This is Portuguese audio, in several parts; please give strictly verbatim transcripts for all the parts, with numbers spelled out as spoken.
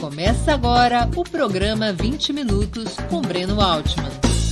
Começa agora o programa vinte Minutos com Breno Altman.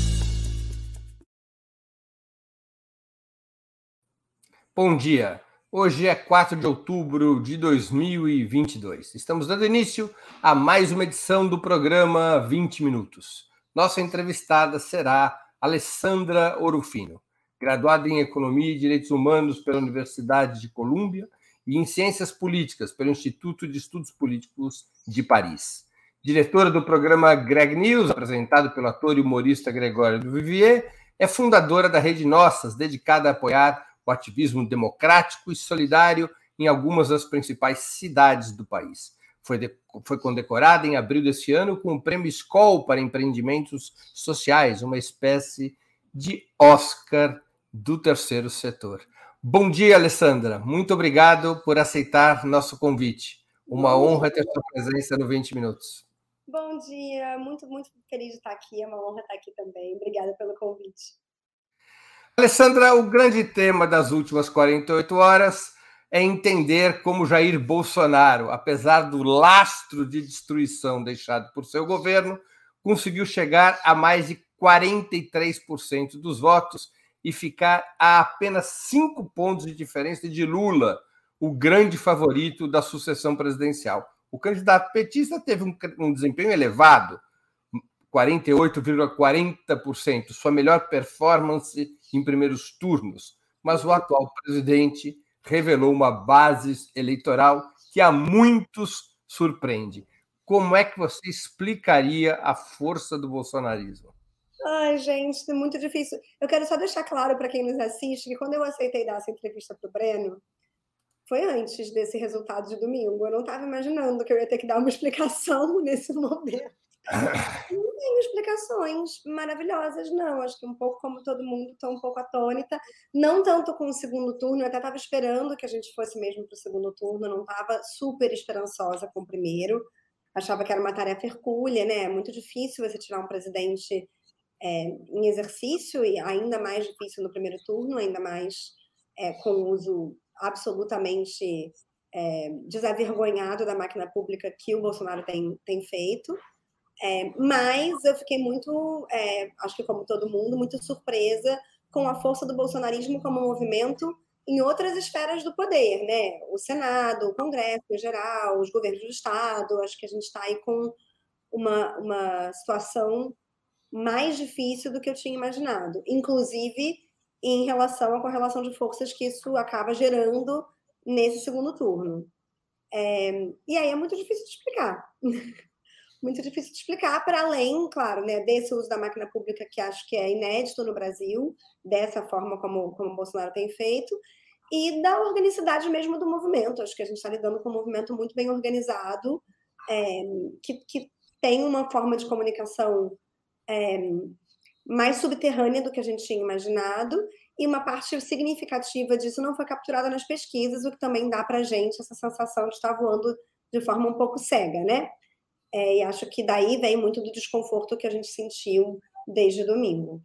Bom dia. Hoje é quatro de outubro de dois mil e vinte e dois. Estamos dando início a mais uma edição do programa vinte Minutos. Nossa entrevistada será Alessandra Orofino, graduada em Economia e Direitos Humanos pela Universidade de Colômbia e em Ciências Políticas pelo Instituto de Estudos Políticos de Paris. Diretora do programa Greg News, apresentado pelo ator e humorista Gregório Duvivier, é fundadora da Rede Nossas, dedicada a apoiar o ativismo democrático e solidário em algumas das principais cidades do país. Foi, de, foi condecorada em abril deste ano com o Prêmio Skol para Empreendimentos Sociais, uma espécie de Oscar do terceiro setor. Bom dia, Alessandra. Muito obrigado por aceitar nosso convite. Uma Bom honra dia. ter sua presença no vinte Minutos. Bom dia, muito, muito feliz de estar aqui. É uma honra estar aqui também. Obrigada pelo convite. Alessandra, o grande tema das últimas quarenta e oito horas é entender como Jair Bolsonaro, apesar do lastro de destruição deixado por seu governo, conseguiu chegar a mais de quarenta e três por cento dos votos e ficar a apenas cinco pontos de diferença de Lula, o grande favorito da sucessão presidencial. O candidato petista teve um, um desempenho elevado, quarenta e oito vírgula quarenta por cento, sua melhor performance em primeiros turnos, mas o atual presidente revelou uma base eleitoral que a muitos surpreende. Como é que você explicaria a força do bolsonarismo? Ai, gente, é muito difícil. Eu quero só deixar claro para quem nos assiste que quando eu aceitei dar essa entrevista para o Breno, foi antes desse resultado de domingo. Eu não estava imaginando que eu ia ter que dar uma explicação nesse momento. Não tenho explicações maravilhosas, não. Acho que um pouco como todo mundo, estou um pouco atônita. Não tanto com o segundo turno, eu até estava esperando que a gente fosse mesmo para o segundo turno, não estava super esperançosa com o primeiro. Achava que era uma tarefa hercúlea, né? É muito difícil você tirar um presidente é, em exercício, e ainda mais difícil no primeiro turno, ainda mais é, com o uso absolutamente é, desavergonhado da máquina pública que o Bolsonaro tem, tem feito. É, mas eu fiquei muito, é, acho que como todo mundo, muito surpresa com a força do bolsonarismo como movimento em outras esferas do poder, né? O Senado, o Congresso em geral, os governos do Estado. Acho que a gente está aí com uma, uma situação mais difícil do que eu tinha imaginado, inclusive em relação à correlação de forças que isso acaba gerando nesse segundo turno. É, e aí é muito difícil de explicar. Muito difícil de explicar, para além, claro, né, desse uso da máquina pública que acho que é inédito no Brasil, dessa forma como, como o Bolsonaro tem feito, e da organicidade mesmo do movimento. Acho que a gente está lidando com um movimento muito bem organizado, é, que, que tem uma forma de comunicação é, mais subterrânea do que a gente tinha imaginado, e uma parte significativa disso não foi capturada nas pesquisas, o que também dá para a gente essa sensação de estar voando de forma um pouco cega, né? É, e acho que daí vem muito do desconforto que a gente sentiu desde domingo.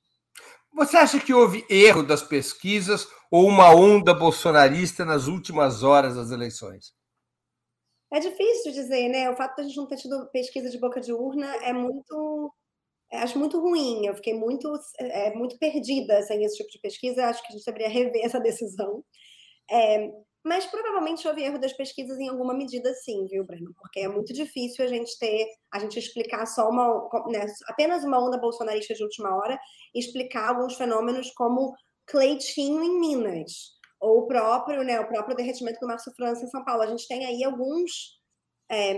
Você acha que houve erro das pesquisas ou uma onda bolsonarista nas últimas horas das eleições? É difícil dizer, né? O fato de a gente não ter tido pesquisa de boca de urna é muito... Acho muito ruim. Eu fiquei muito, é, muito perdida sem esse tipo de pesquisa. Acho que a gente deveria rever essa decisão. É, mas provavelmente houve erro das pesquisas em alguma medida, sim, viu, Breno? Porque é muito difícil a gente ter, a gente explicar só uma, né, apenas uma onda bolsonarista de última hora e explicar alguns fenômenos como Cleitinho em Minas, ou o próprio, né, o próprio derretimento do Márcio França em São Paulo. A gente tem aí alguns, é,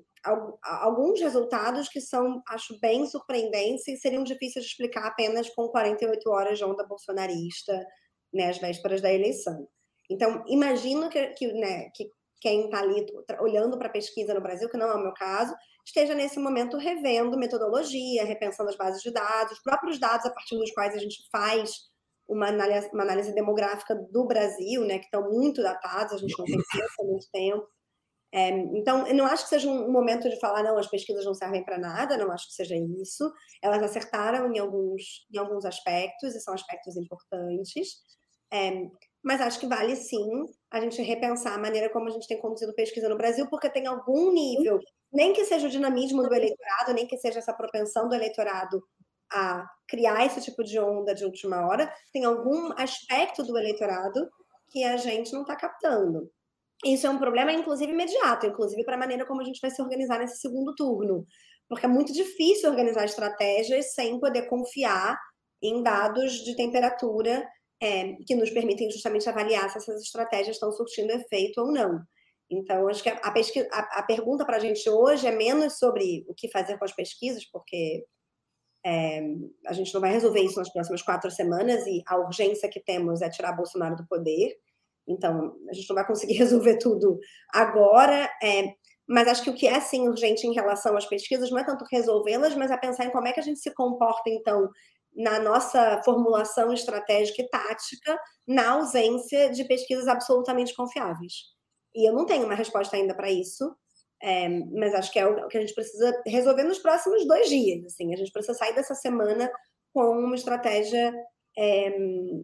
alguns resultados que são, acho, bem surpreendentes e seriam difíceis de explicar apenas com quarenta e oito horas de onda bolsonarista, né, às vésperas da eleição. Então, imagino que, que, né, que quem está ali olhando para a pesquisa no Brasil, que não é o meu caso, esteja nesse momento revendo metodologia, repensando as bases de dados, os próprios dados a partir dos quais a gente faz uma análise, uma análise demográfica do Brasil, né, que estão muito datados, a gente não tem ciência há muito tempo. É, então, eu não acho que seja um momento de falar, não, as pesquisas não servem para nada, não acho que seja isso. Elas acertaram em alguns, em alguns aspectos, e são aspectos importantes. É, mas acho que vale, sim, a gente repensar a maneira como a gente tem conduzido pesquisa no Brasil, porque tem algum nível nem que seja o dinamismo do eleitorado, nem que seja essa propensão do eleitorado a criar esse tipo de onda de última hora, tem algum aspecto do eleitorado que a gente não está captando. Isso é um problema, inclusive, imediato, inclusive para a maneira como a gente vai se organizar nesse segundo turno, porque é muito difícil organizar estratégias sem poder confiar em dados de temperatura é, que nos permitem justamente avaliar se essas estratégias estão surtindo efeito ou não. Então, acho que a, pesquisa, a, a pergunta para a gente hoje é menos sobre o que fazer com as pesquisas, porque é, a gente não vai resolver isso nas próximas quatro semanas e a urgência que temos é tirar Bolsonaro do poder. Então, a gente não vai conseguir resolver tudo agora, é, mas acho que o que é, sim, urgente em relação às pesquisas não é tanto resolvê-las, mas é pensar em como é que a gente se comporta, então, na nossa formulação estratégica e tática, na ausência de pesquisas absolutamente confiáveis. E eu não tenho uma resposta ainda para isso, é, mas acho que é o que a gente precisa resolver nos próximos dois dias. Assim, a gente precisa sair dessa semana com uma estratégia é,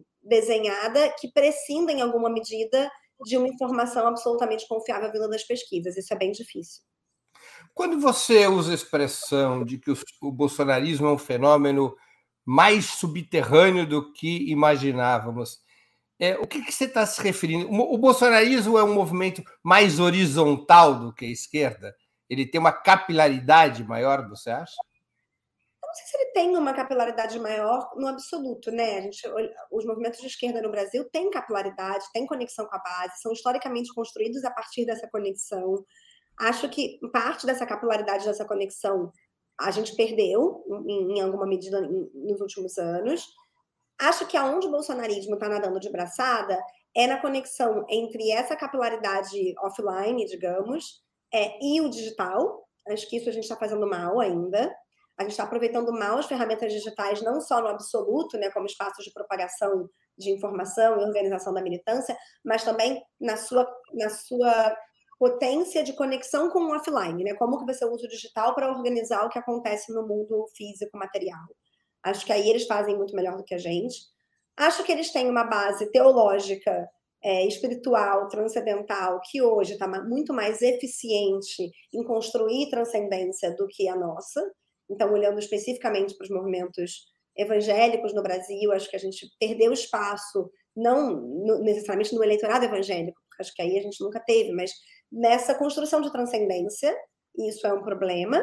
desenhada que prescinda, em alguma medida, de uma informação absolutamente confiável vinda das pesquisas. Isso é bem difícil. Quando você usa a expressão de que o bolsonarismo é um fenômeno mais subterrâneo do que imaginávamos, é, o que, que você está se referindo? O bolsonarismo é um movimento mais horizontal do que a esquerda? Ele tem uma capilaridade maior, você acha? Eu não sei se ele tem uma capilaridade maior no absoluto, né? A gente, os movimentos de esquerda no Brasil têm capilaridade, têm conexão com a base, são historicamente construídos a partir dessa conexão. Acho que parte dessa capilaridade, dessa conexão, a gente perdeu, em, em alguma medida, em, nos últimos anos. Acho que aonde o bolsonarismo está nadando de braçada é na conexão entre essa capilaridade offline, digamos, é, e o digital. Acho que isso a gente está fazendo mal ainda. A gente está aproveitando mal as ferramentas digitais, não só no absoluto, né, como espaços de propagação de informação e organização da militância, mas também na sua, na sua potência de conexão com o offline, né? Como que você usa o digital para organizar o que acontece no mundo físico, material. Acho que aí eles fazem muito melhor do que a gente. Acho que eles têm uma base teológica, é, espiritual, transcendental, que hoje está muito mais eficiente em construir transcendência do que a nossa. Então, olhando especificamente para os movimentos evangélicos no Brasil, acho que a gente perdeu espaço, não no, necessariamente no eleitorado evangélico, porque acho que aí a gente nunca teve, mas nessa construção de transcendência, isso é um problema.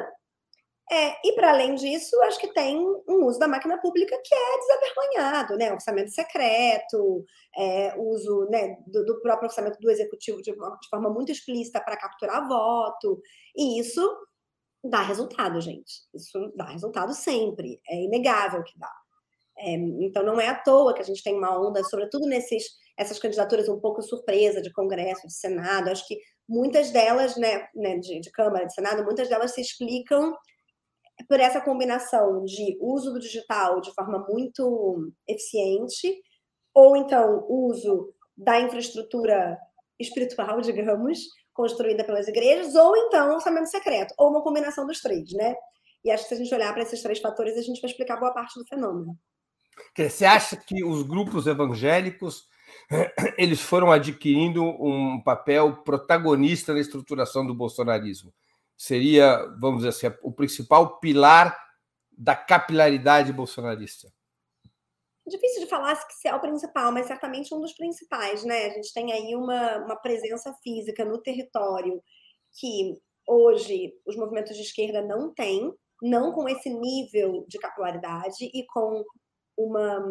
É, e, para além disso, acho que tem um uso da máquina pública que é desavergonhado, né? Orçamento secreto, é, uso, né, do, do próprio orçamento do executivo de, de forma muito explícita para capturar voto, e isso dá resultado, gente. Isso dá resultado sempre. É inegável que dá. É, então, não é à toa que a gente tem uma onda, sobretudo nesses, essas candidaturas um pouco surpresa de Congresso, de Senado. Acho que muitas delas, né, né de, de Câmara, de Senado, muitas delas se explicam por essa combinação de uso do digital de forma muito eficiente, ou então uso da infraestrutura espiritual, digamos, construída pelas igrejas, ou então orçamento secreto, ou uma combinação dos três, né? E acho que se a gente olhar para esses três fatores, a gente vai explicar boa parte do fenômeno. Você acha que os grupos evangélicos eles foram adquirindo um papel protagonista na estruturação do bolsonarismo? Seria, vamos dizer assim, o principal pilar da capilaridade bolsonarista? Difícil de falar se é o principal, mas certamente um dos principais, né? A gente tem aí uma, uma presença física no território que hoje os movimentos de esquerda não têm, não com esse nível de capilaridade e com uma,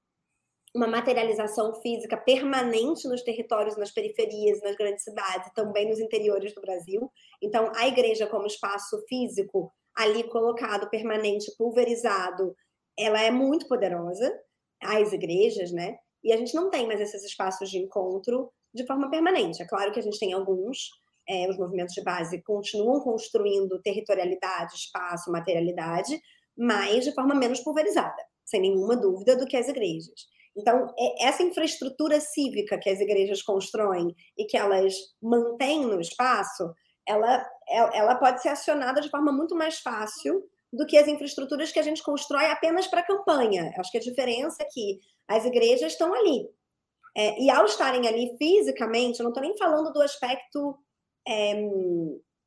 uma materialização física permanente nos territórios, nas periferias, nas grandes cidades, também nos interiores do Brasil. Então, a igreja como espaço físico ali colocado, permanente, pulverizado, ela é muito poderosa, as igrejas, né? E a gente não tem mais esses espaços de encontro de forma permanente. É claro que a gente tem alguns, é, os movimentos de base continuam construindo territorialidade, espaço, materialidade, mas de forma menos pulverizada, sem nenhuma dúvida, do que as igrejas. Então, essa infraestrutura cívica que as igrejas constroem e que elas mantêm no espaço, ela, ela pode ser acionada de forma muito mais fácil do que as infraestruturas que a gente constrói apenas para a campanha. Acho que a diferença é que as igrejas estão ali. É, e ao estarem ali fisicamente, eu não estou nem falando do aspecto é,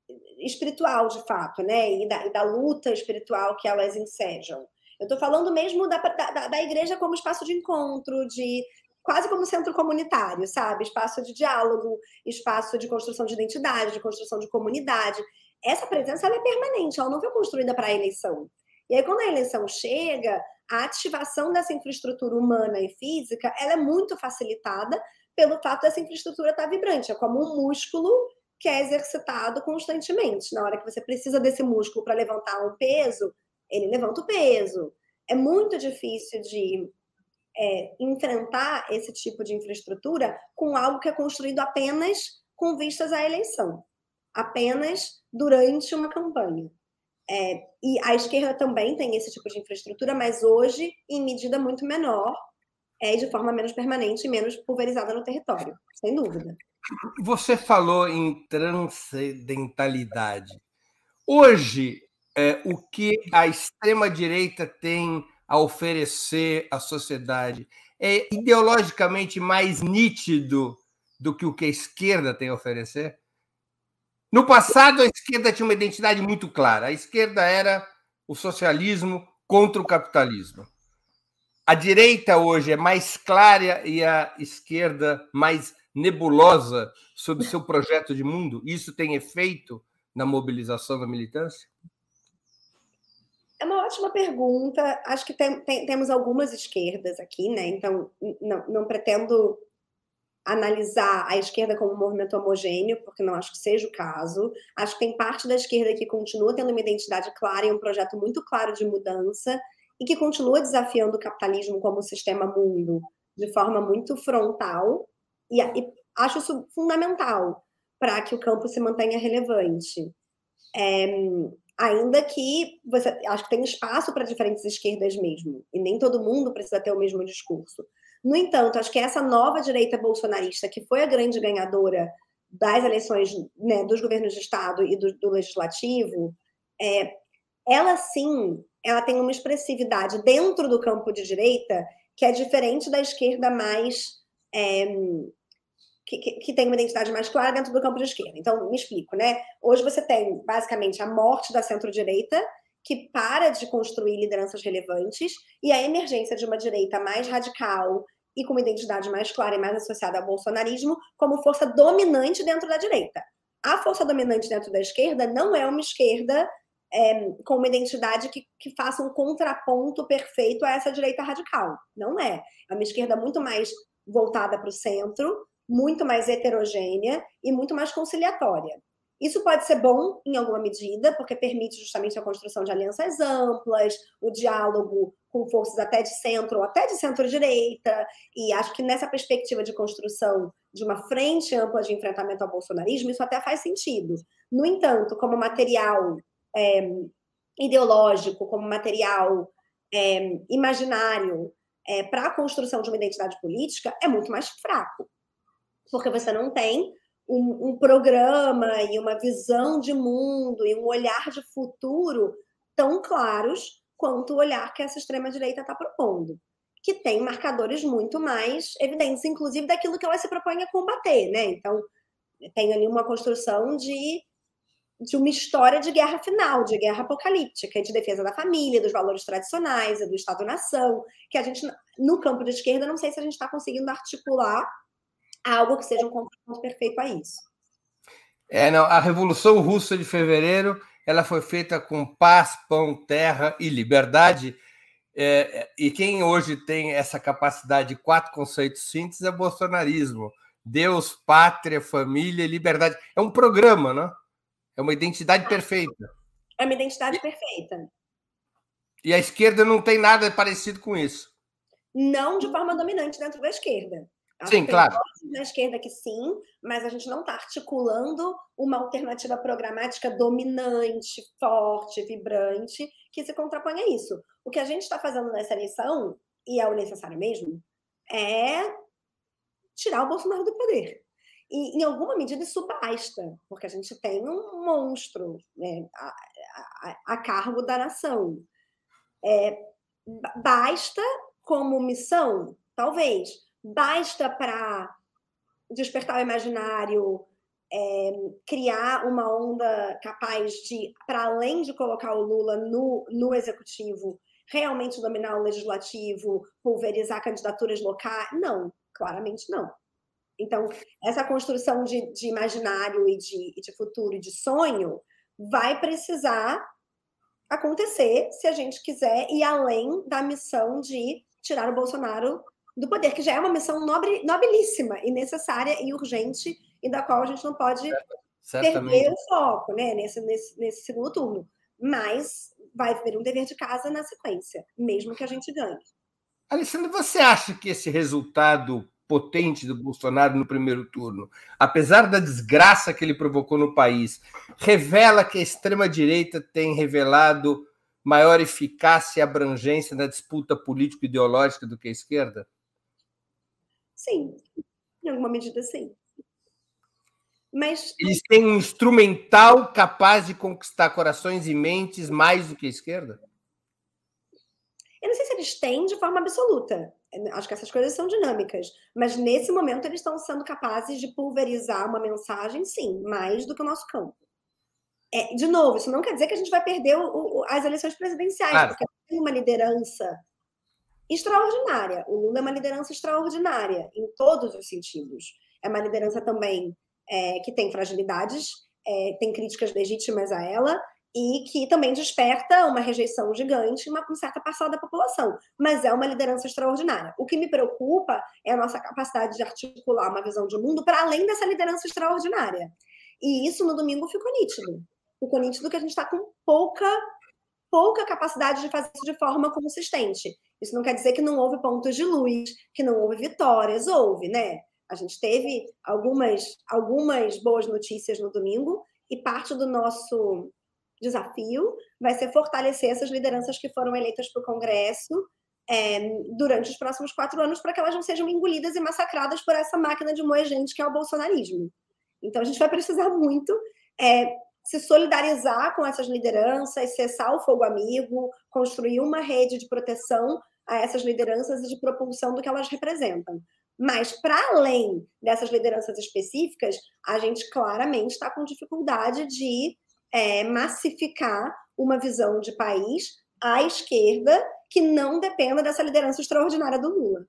espiritual, de fato, né? E da, e da luta espiritual que elas ensejam. Eu estou falando mesmo da, da, da igreja como espaço de encontro, de quase como centro comunitário, sabe? Espaço de diálogo, espaço de construção de identidade, de construção de comunidade. Essa presença ela é permanente, ela não foi construída para a eleição. E aí, quando a eleição chega, a ativação dessa infraestrutura humana e física ela é muito facilitada pelo fato dessa infraestrutura estar vibrante. É como um músculo que é exercitado constantemente. Na hora que você precisa desse músculo para levantar um peso, ele levanta o peso. É muito difícil de é, enfrentar esse tipo de infraestrutura com algo que é construído apenas com vistas à eleição, apenas durante uma campanha. É, e a esquerda também tem esse tipo de infraestrutura, mas hoje em medida muito menor, é, de forma menos permanente e menos pulverizada no território, sem dúvida. Você falou em transcendentalidade. Hoje, é, o que a extrema-direita tem a oferecer à sociedade é ideologicamente mais nítido do que o que a esquerda tem a oferecer? No passado, a esquerda tinha uma identidade muito clara. A esquerda era o socialismo contra o capitalismo. A direita hoje é mais clara e a esquerda mais nebulosa sobre seu projeto de mundo. Isso tem efeito na mobilização da militância? É uma ótima pergunta. Acho que tem, tem, temos algumas esquerdas aqui, né? Então, não, não pretendo analisar a esquerda como um movimento homogêneo, porque não acho que seja o caso. Acho que tem parte da esquerda que continua tendo uma identidade clara e um projeto muito claro de mudança e que continua desafiando o capitalismo como sistema mundo de forma muito frontal, e, e acho isso fundamental para que o campo se mantenha relevante. É, ainda que você, acho que tem espaço para diferentes esquerdas mesmo, e nem todo mundo precisa ter o mesmo discurso. No entanto, acho que essa nova direita bolsonarista, que foi a grande ganhadora das eleições, né, dos governos de Estado e do, do Legislativo, é, ela sim, ela tem uma expressividade dentro do campo de direita que é diferente da esquerda mais... É, que, que, que tem uma identidade mais clara dentro do campo de esquerda. Então, me explico, né? Hoje você tem, basicamente, a morte da centro-direita, que para de construir lideranças relevantes, e a emergência de uma direita mais radical e com uma identidade mais clara e mais associada ao bolsonarismo como força dominante dentro da direita. A força dominante dentro da esquerda não é uma esquerda é, com uma identidade que, que faça um contraponto perfeito a essa direita radical. Não é. É uma esquerda muito mais voltada para o centro, muito mais heterogênea e muito mais conciliatória. Isso pode ser bom em alguma medida, porque permite justamente a construção de alianças amplas, o diálogo com forças até de centro ou até de centro-direita, e acho que nessa perspectiva de construção de uma frente ampla de enfrentamento ao bolsonarismo, isso até faz sentido. No entanto, como material é, ideológico, como material é, imaginário é, para a construção de uma identidade política, é muito mais fraco. Porque você não tem um, um programa e uma visão de mundo e um olhar de futuro tão claros quanto o olhar que essa extrema-direita está propondo, que tem marcadores muito mais evidentes, inclusive daquilo que ela se propõe a combater, né? Então, tem ali uma construção de, de uma história de guerra final, de guerra apocalíptica, de defesa da família, dos valores tradicionais, do Estado-nação, que a gente, no campo de esquerda, não sei se a gente está conseguindo articular algo que seja um contraponto perfeito a isso. É, não, a Revolução Russa de Fevereiro ela foi feita com paz, pão, terra e liberdade, é, e quem hoje tem essa capacidade de quatro conceitos simples é o bolsonarismo. Deus, pátria, família e liberdade. É um programa, né? É uma identidade perfeita. É uma identidade perfeita. E a esquerda não tem nada parecido com isso. Não de forma dominante dentro da esquerda. Acho sim, que tem claro. vozes na esquerda que sim, mas a gente não está articulando uma alternativa programática dominante, forte, vibrante, que se contrapõe a isso. O que a gente está fazendo nessa eleição, e é o necessário mesmo, é tirar o Bolsonaro do poder. E, em alguma medida, isso basta, porque a gente tem um monstro, né, a, a, a cargo da nação. É, basta como missão, talvez, basta para despertar o imaginário é, criar uma onda capaz de, para além de colocar o Lula no, no executivo, realmente dominar o legislativo, pulverizar candidaturas locais? Não, claramente não. Então, essa construção de, de imaginário e de, e de futuro e de sonho vai precisar acontecer se a gente quiser ir além da missão de tirar o Bolsonaro do poder, que já é uma missão nobre, nobilíssima e necessária e urgente, e da qual a gente não pode Certamente. perder o foco, né, nesse, nesse, nesse segundo turno. Mas vai haver um dever de casa na sequência, mesmo que a gente ganhe. Alessandra, você acha que esse resultado potente do Bolsonaro no primeiro turno, apesar da desgraça que ele provocou no país, revela que a extrema-direita tem revelado maior eficácia e abrangência na disputa político-ideológica do que a esquerda? Sim, em alguma medida, sim. Mas eles têm um instrumental capaz de conquistar corações e mentes mais do que a esquerda? Eu não sei se eles têm de forma absoluta. Acho que essas coisas são dinâmicas. Mas, nesse momento, eles estão sendo capazes de pulverizar uma mensagem, sim, mais do que o nosso campo. É, de novo, isso não quer dizer que a gente vai perder o, o, as eleições presidenciais, claro, porque tem uma liderança extraordinária. O Lula é uma liderança extraordinária, em todos os sentidos. É uma liderança também é, que tem fragilidades, é, tem críticas legítimas a ela, e que também desperta uma rejeição gigante em uma, uma certa parcela da população. Mas é uma liderança extraordinária. O que me preocupa é a nossa capacidade de articular uma visão de mundo para além dessa liderança extraordinária. E isso no domingo ficou nítido. Ficou nítido que a gente está com pouca, pouca capacidade de fazer isso de forma consistente. Isso não quer dizer que não houve pontos de luz, que não houve vitórias. Houve, né? A gente teve algumas, algumas boas notícias no domingo e parte do nosso desafio vai ser fortalecer essas lideranças que foram eleitas para o Congresso é, durante os próximos quatro anos para que elas não sejam engolidas e massacradas por essa máquina de moer gente que é o bolsonarismo. Então, a gente vai precisar muito é, se solidarizar com essas lideranças, cessar o fogo amigo, construir uma rede de proteção a essas lideranças e de propulsão do que elas representam. Mas, para além dessas lideranças específicas, a gente claramente está com dificuldade de é, massificar uma visão de país à esquerda que não dependa dessa liderança extraordinária do Lula.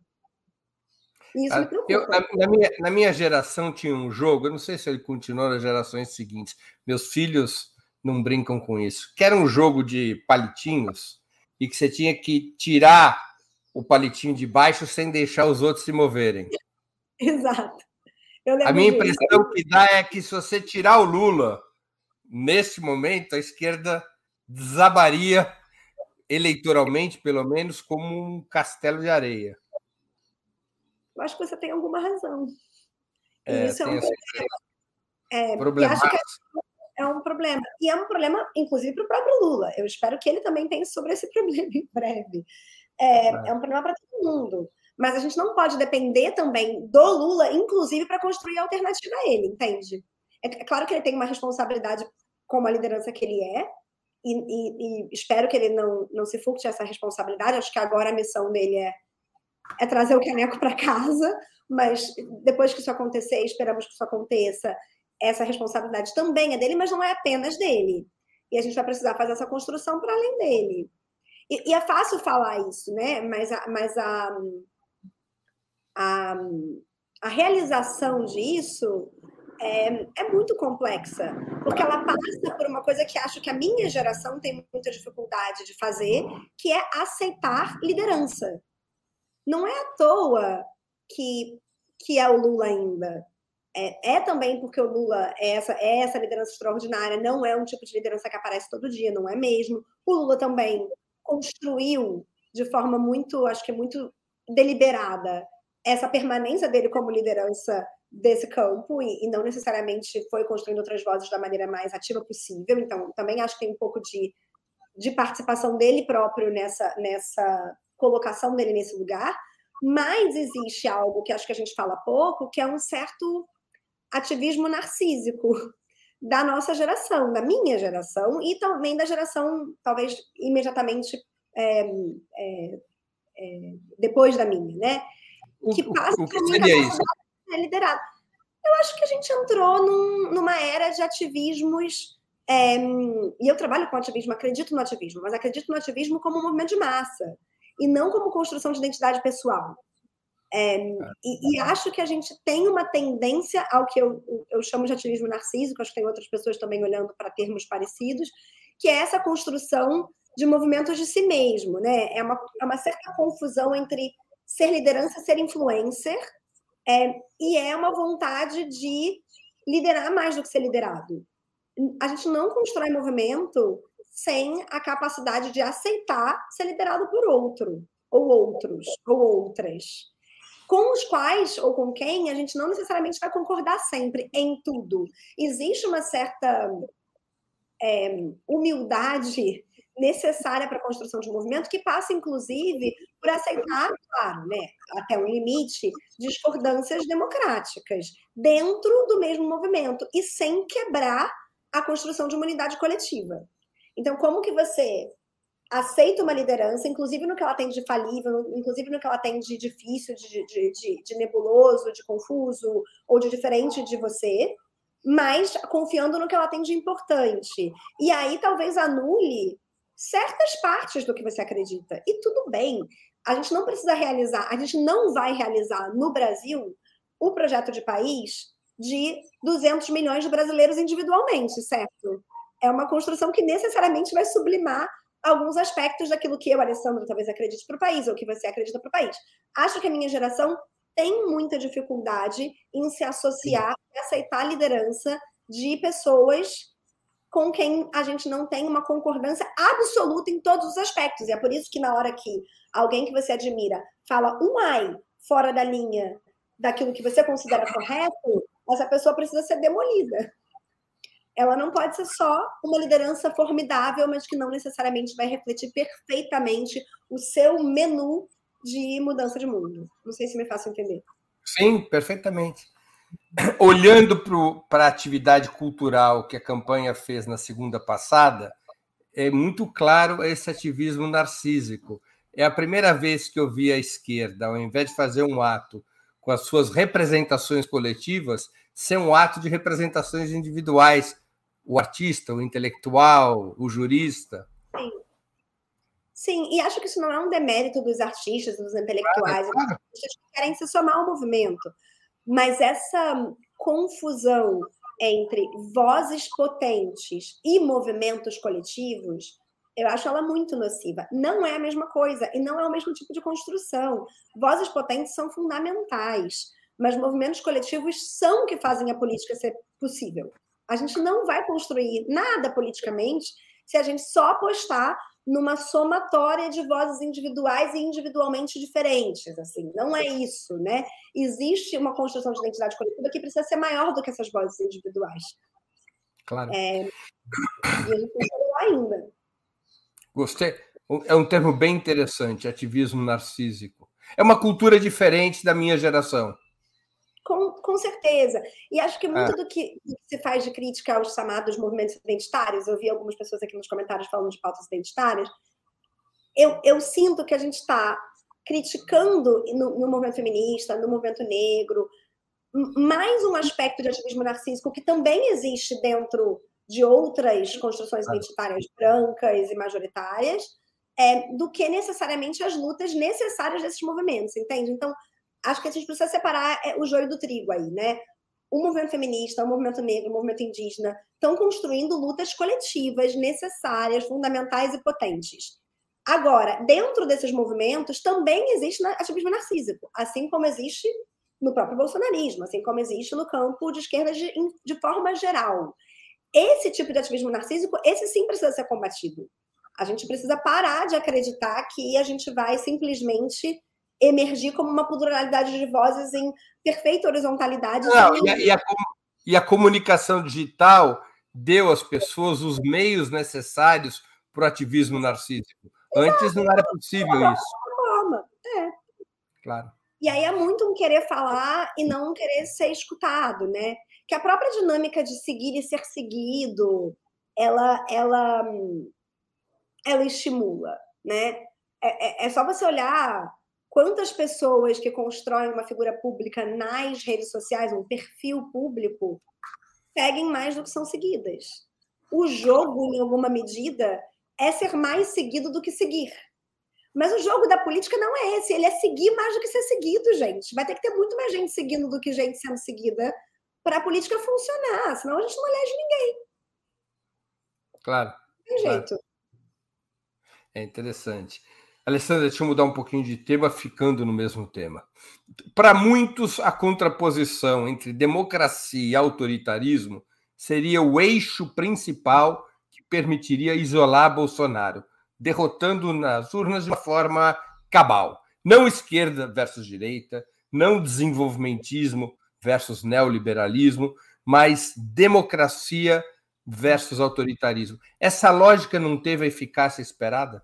E isso me preocupa. Eu, na, na, minha, na minha geração tinha um jogo, eu não sei se ele continuou nas gerações seguintes, meus filhos não brincam com isso, que era um jogo de palitinhos e que você tinha que tirar o palitinho de baixo sem deixar os outros se moverem. Exato. A minha impressão que dá é que se você tirar o Lula, neste momento, a esquerda desabaria eleitoralmente, pelo menos, como um castelo de areia. Eu acho que você tem alguma razão. E É, isso é um é, problema. Acho que é um problema. E é um problema, inclusive, para o próprio Lula. Eu espero que ele também pense sobre esse problema em breve. É, é um problema para todo mundo. Mas a gente não pode depender também do Lula, inclusive, para construir a alternativa a ele, entende? É claro que ele tem uma responsabilidade como a liderança que ele é, e, e, e espero que ele não, não se furte essa responsabilidade. Acho que agora a missão dele é, é trazer o caneco para casa, mas depois que isso acontecer, esperamos que isso aconteça, essa responsabilidade também é dele, mas não é apenas dele. E a gente vai precisar fazer essa construção para além dele. E, e é fácil falar isso, né? Mas a, mas a, a, a realização disso é, é muito complexa, porque ela passa por uma coisa que acho que a minha geração tem muita dificuldade de fazer, que é aceitar liderança. Não é à toa que, que é o Lula ainda. É, é também porque o Lula é essa, é essa liderança extraordinária, não é um tipo de liderança que aparece todo dia, não é mesmo. O Lula também construiu de forma muito, acho que muito deliberada, essa permanência dele como liderança desse campo e, e não necessariamente foi construindo outras vozes da maneira mais ativa possível. Então, também acho que tem um pouco de, de participação dele próprio nessa, nessa colocação dele nesse lugar. Mas existe algo que acho que a gente fala pouco, que é um certo ativismo narcísico da nossa geração, da minha geração e também da geração, talvez, imediatamente é, é, é, depois da minha, né? Que passa o que seria isso? É liderado. Eu acho que a gente gente entrou num, numa era de ativismos, é, e eu trabalho com ativismo, acredito no ativismo, mas acredito no ativismo como um movimento de massa, e não como construção de identidade pessoal. É, e, e acho que a gente tem uma tendência ao que eu, eu chamo de ativismo narcísico, acho que tem outras pessoas também olhando para termos parecidos, que é essa construção de movimentos de si mesmo, né? É uma, é uma certa confusão entre ser liderança e ser influencer, é, e é uma vontade de liderar mais do que ser liderado. A gente não constrói movimento sem a capacidade de aceitar ser liderado por outro, ou outros, ou outras, com os quais ou com quem a gente não necessariamente vai concordar sempre em tudo. Existe uma certa é, humildade necessária para a construção de movimento que passa, inclusive, por aceitar, claro, né, até um limite, discordâncias democráticas dentro do mesmo movimento e sem quebrar a construção de uma unidade coletiva. Então, como que você aceita uma liderança, inclusive no que ela tem de falível, inclusive no que ela tem de difícil, de, de, de, de nebuloso, de confuso ou de diferente de você, mas confiando no que ela tem de importante. E aí talvez anule certas partes do que você acredita. E tudo bem. A gente não precisa realizar, a gente não vai realizar no Brasil o projeto de país de duzentos milhões de brasileiros individualmente, certo? É uma construção que necessariamente vai sublimar alguns aspectos daquilo que eu, Alessandro, talvez acredite para o país, ou que você acredita para o país. Acho que a minha geração tem muita dificuldade em se associar e aceitar a liderança de pessoas com quem a gente não tem uma concordância absoluta em todos os aspectos. E é por isso que na hora que alguém que você admira fala um ai fora da linha daquilo que você considera correto, essa pessoa precisa ser demolida. Ela não pode ser só uma liderança formidável, mas que não necessariamente vai refletir perfeitamente o seu menu de mudança de mundo. Não sei se me faço entender. Sim, perfeitamente. Olhando para a atividade cultural que a campanha fez na segunda passada, é muito claro esse ativismo narcísico. É a primeira vez que eu vi a esquerda, ao invés de fazer um ato com as suas representações coletivas, ser um ato de representações individuais. O artista, o intelectual, o jurista. Sim. Sim, e acho que isso não é um demérito dos artistas, dos intelectuais, claro, claro. Os artistas que querem se somar ao movimento. Mas essa confusão entre vozes potentes e movimentos coletivos, eu acho ela muito nociva. Não é a mesma coisa e não é o mesmo tipo de construção. Vozes potentes são fundamentais, mas movimentos coletivos são o que fazem a política ser possível. A gente não vai construir nada politicamente se a gente só apostar numa somatória de vozes individuais e individualmente diferentes. Assim, não é isso, né? Existe uma construção de identidade coletiva que precisa ser maior do que essas vozes individuais. Claro. É, e a gente não chegou lá ainda. Gostei. É um termo bem interessante, ativismo narcísico. É uma cultura diferente da minha geração. Com, com certeza. E acho que muito ah. do, que, do que se faz de crítica aos chamados movimentos identitários, eu vi algumas pessoas aqui nos comentários falando de pautas identitárias, eu, eu sinto que a gente está criticando no, no movimento feminista, no movimento negro, mais um aspecto de ativismo narcísico que também existe dentro de outras construções identitárias brancas e majoritárias, é, do que necessariamente as lutas necessárias desses movimentos, entende? Então, acho que a gente precisa separar o joio do trigo aí, né? O movimento feminista, o movimento negro, o movimento indígena estão construindo lutas coletivas necessárias, fundamentais e potentes. Agora, dentro desses movimentos também existe ativismo narcísico, assim como existe no próprio bolsonarismo, assim como existe no campo de esquerda de, de forma geral. Esse tipo de ativismo narcísico, esse sim precisa ser combatido. A gente precisa parar de acreditar que a gente vai simplesmente emergir como uma pluralidade de vozes em perfeita horizontalidade. Não, e, a, e, a, e a comunicação digital deu às pessoas os meios necessários para o ativismo narcísico. Antes Exato. Não era possível isso. Forma. É. Claro. E aí é muito um querer falar e não um querer ser escutado, né? Que a própria dinâmica de seguir e ser seguido, ela, ela, ela estimula, né? É, é, é só você olhar quantas pessoas que constroem uma figura pública nas redes sociais, um perfil público, seguem mais do que são seguidas. O jogo, em alguma medida, é ser mais seguido do que seguir. Mas o jogo da política não é esse, ele é seguir mais do que ser seguido, gente. Vai ter que ter muito mais gente seguindo do que gente sendo seguida para a política funcionar, senão a gente não elege ninguém. Claro. Não tem claro. jeito. É interessante. Alessandra, deixa eu mudar um pouquinho de tema, ficando no mesmo tema. Para muitos, a contraposição entre democracia e autoritarismo seria o eixo principal que permitiria isolar Bolsonaro, derrotando nas urnas de uma forma cabal. Não esquerda versus direita, não desenvolvimentismo versus neoliberalismo, mas democracia versus autoritarismo. Essa lógica não teve a eficácia esperada?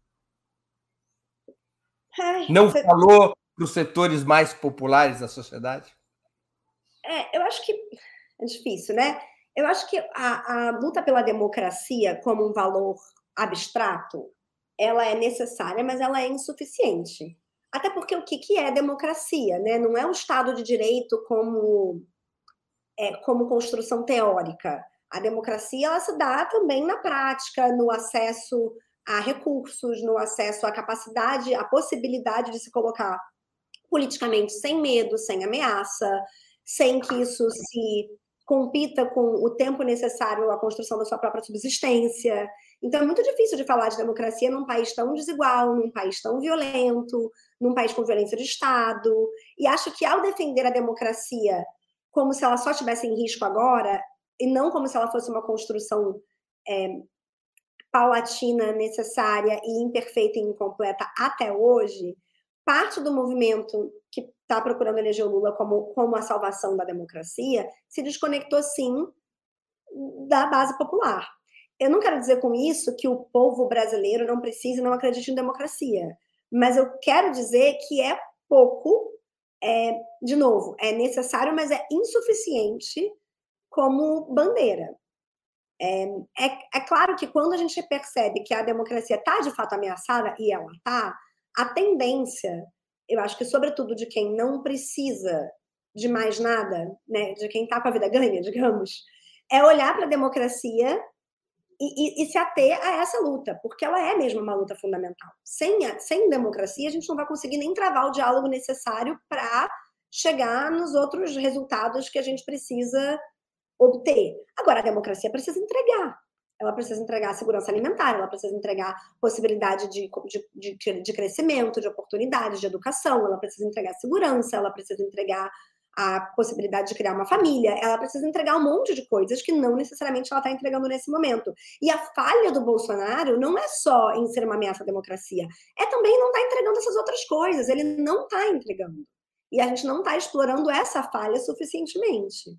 Ai, Não você... falou para os setores mais populares da sociedade? É, eu acho que é difícil, né? Eu acho que a, a luta pela democracia como um valor abstrato, ela é necessária, mas ela é insuficiente. Até porque o que, que é democracia, né? Não é o Estado de Direito como, é, como construção teórica. A democracia ela se dá também na prática, no acesso a recursos, no acesso à capacidade, à possibilidade de se colocar politicamente sem medo, sem ameaça, sem que isso se compita com o tempo necessário à construção da sua própria subsistência. Então, é muito difícil de falar de democracia num país tão desigual, num país tão violento, num país com violência de Estado. E acho que, ao defender a democracia como se ela só estivesse em risco agora, e não como se ela fosse uma construção é, paulatina, necessária e imperfeita e incompleta até hoje, parte do movimento que está procurando eleger o Lula como, como a salvação da democracia se desconectou, sim, da base popular. Eu não quero dizer com isso que o povo brasileiro não precise, não acredite em democracia, mas eu quero dizer que é pouco, é, de novo, é necessário, mas é insuficiente como bandeira. É, é, é claro que quando a gente percebe que a democracia está de fato ameaçada, e ela está, a tendência, eu acho que sobretudo de quem não precisa de mais nada, né, de quem está com a vida ganha, digamos, é olhar para a democracia e, e, e se ater a essa luta, porque ela é mesmo uma luta fundamental. Sem, a, sem democracia, a gente não vai conseguir nem travar o diálogo necessário para chegar nos outros resultados que a gente precisa obter. Agora, a democracia precisa entregar. Ela precisa entregar segurança alimentar, ela precisa entregar possibilidade de, de, de, de crescimento, de oportunidades, de educação, ela precisa entregar segurança, ela precisa entregar a possibilidade de criar uma família, ela precisa entregar um monte de coisas que não necessariamente ela está entregando nesse momento. E a falha do Bolsonaro não é só em ser uma ameaça à democracia, é também não estar entregando essas outras coisas, ele não está entregando. E a gente não está explorando essa falha suficientemente.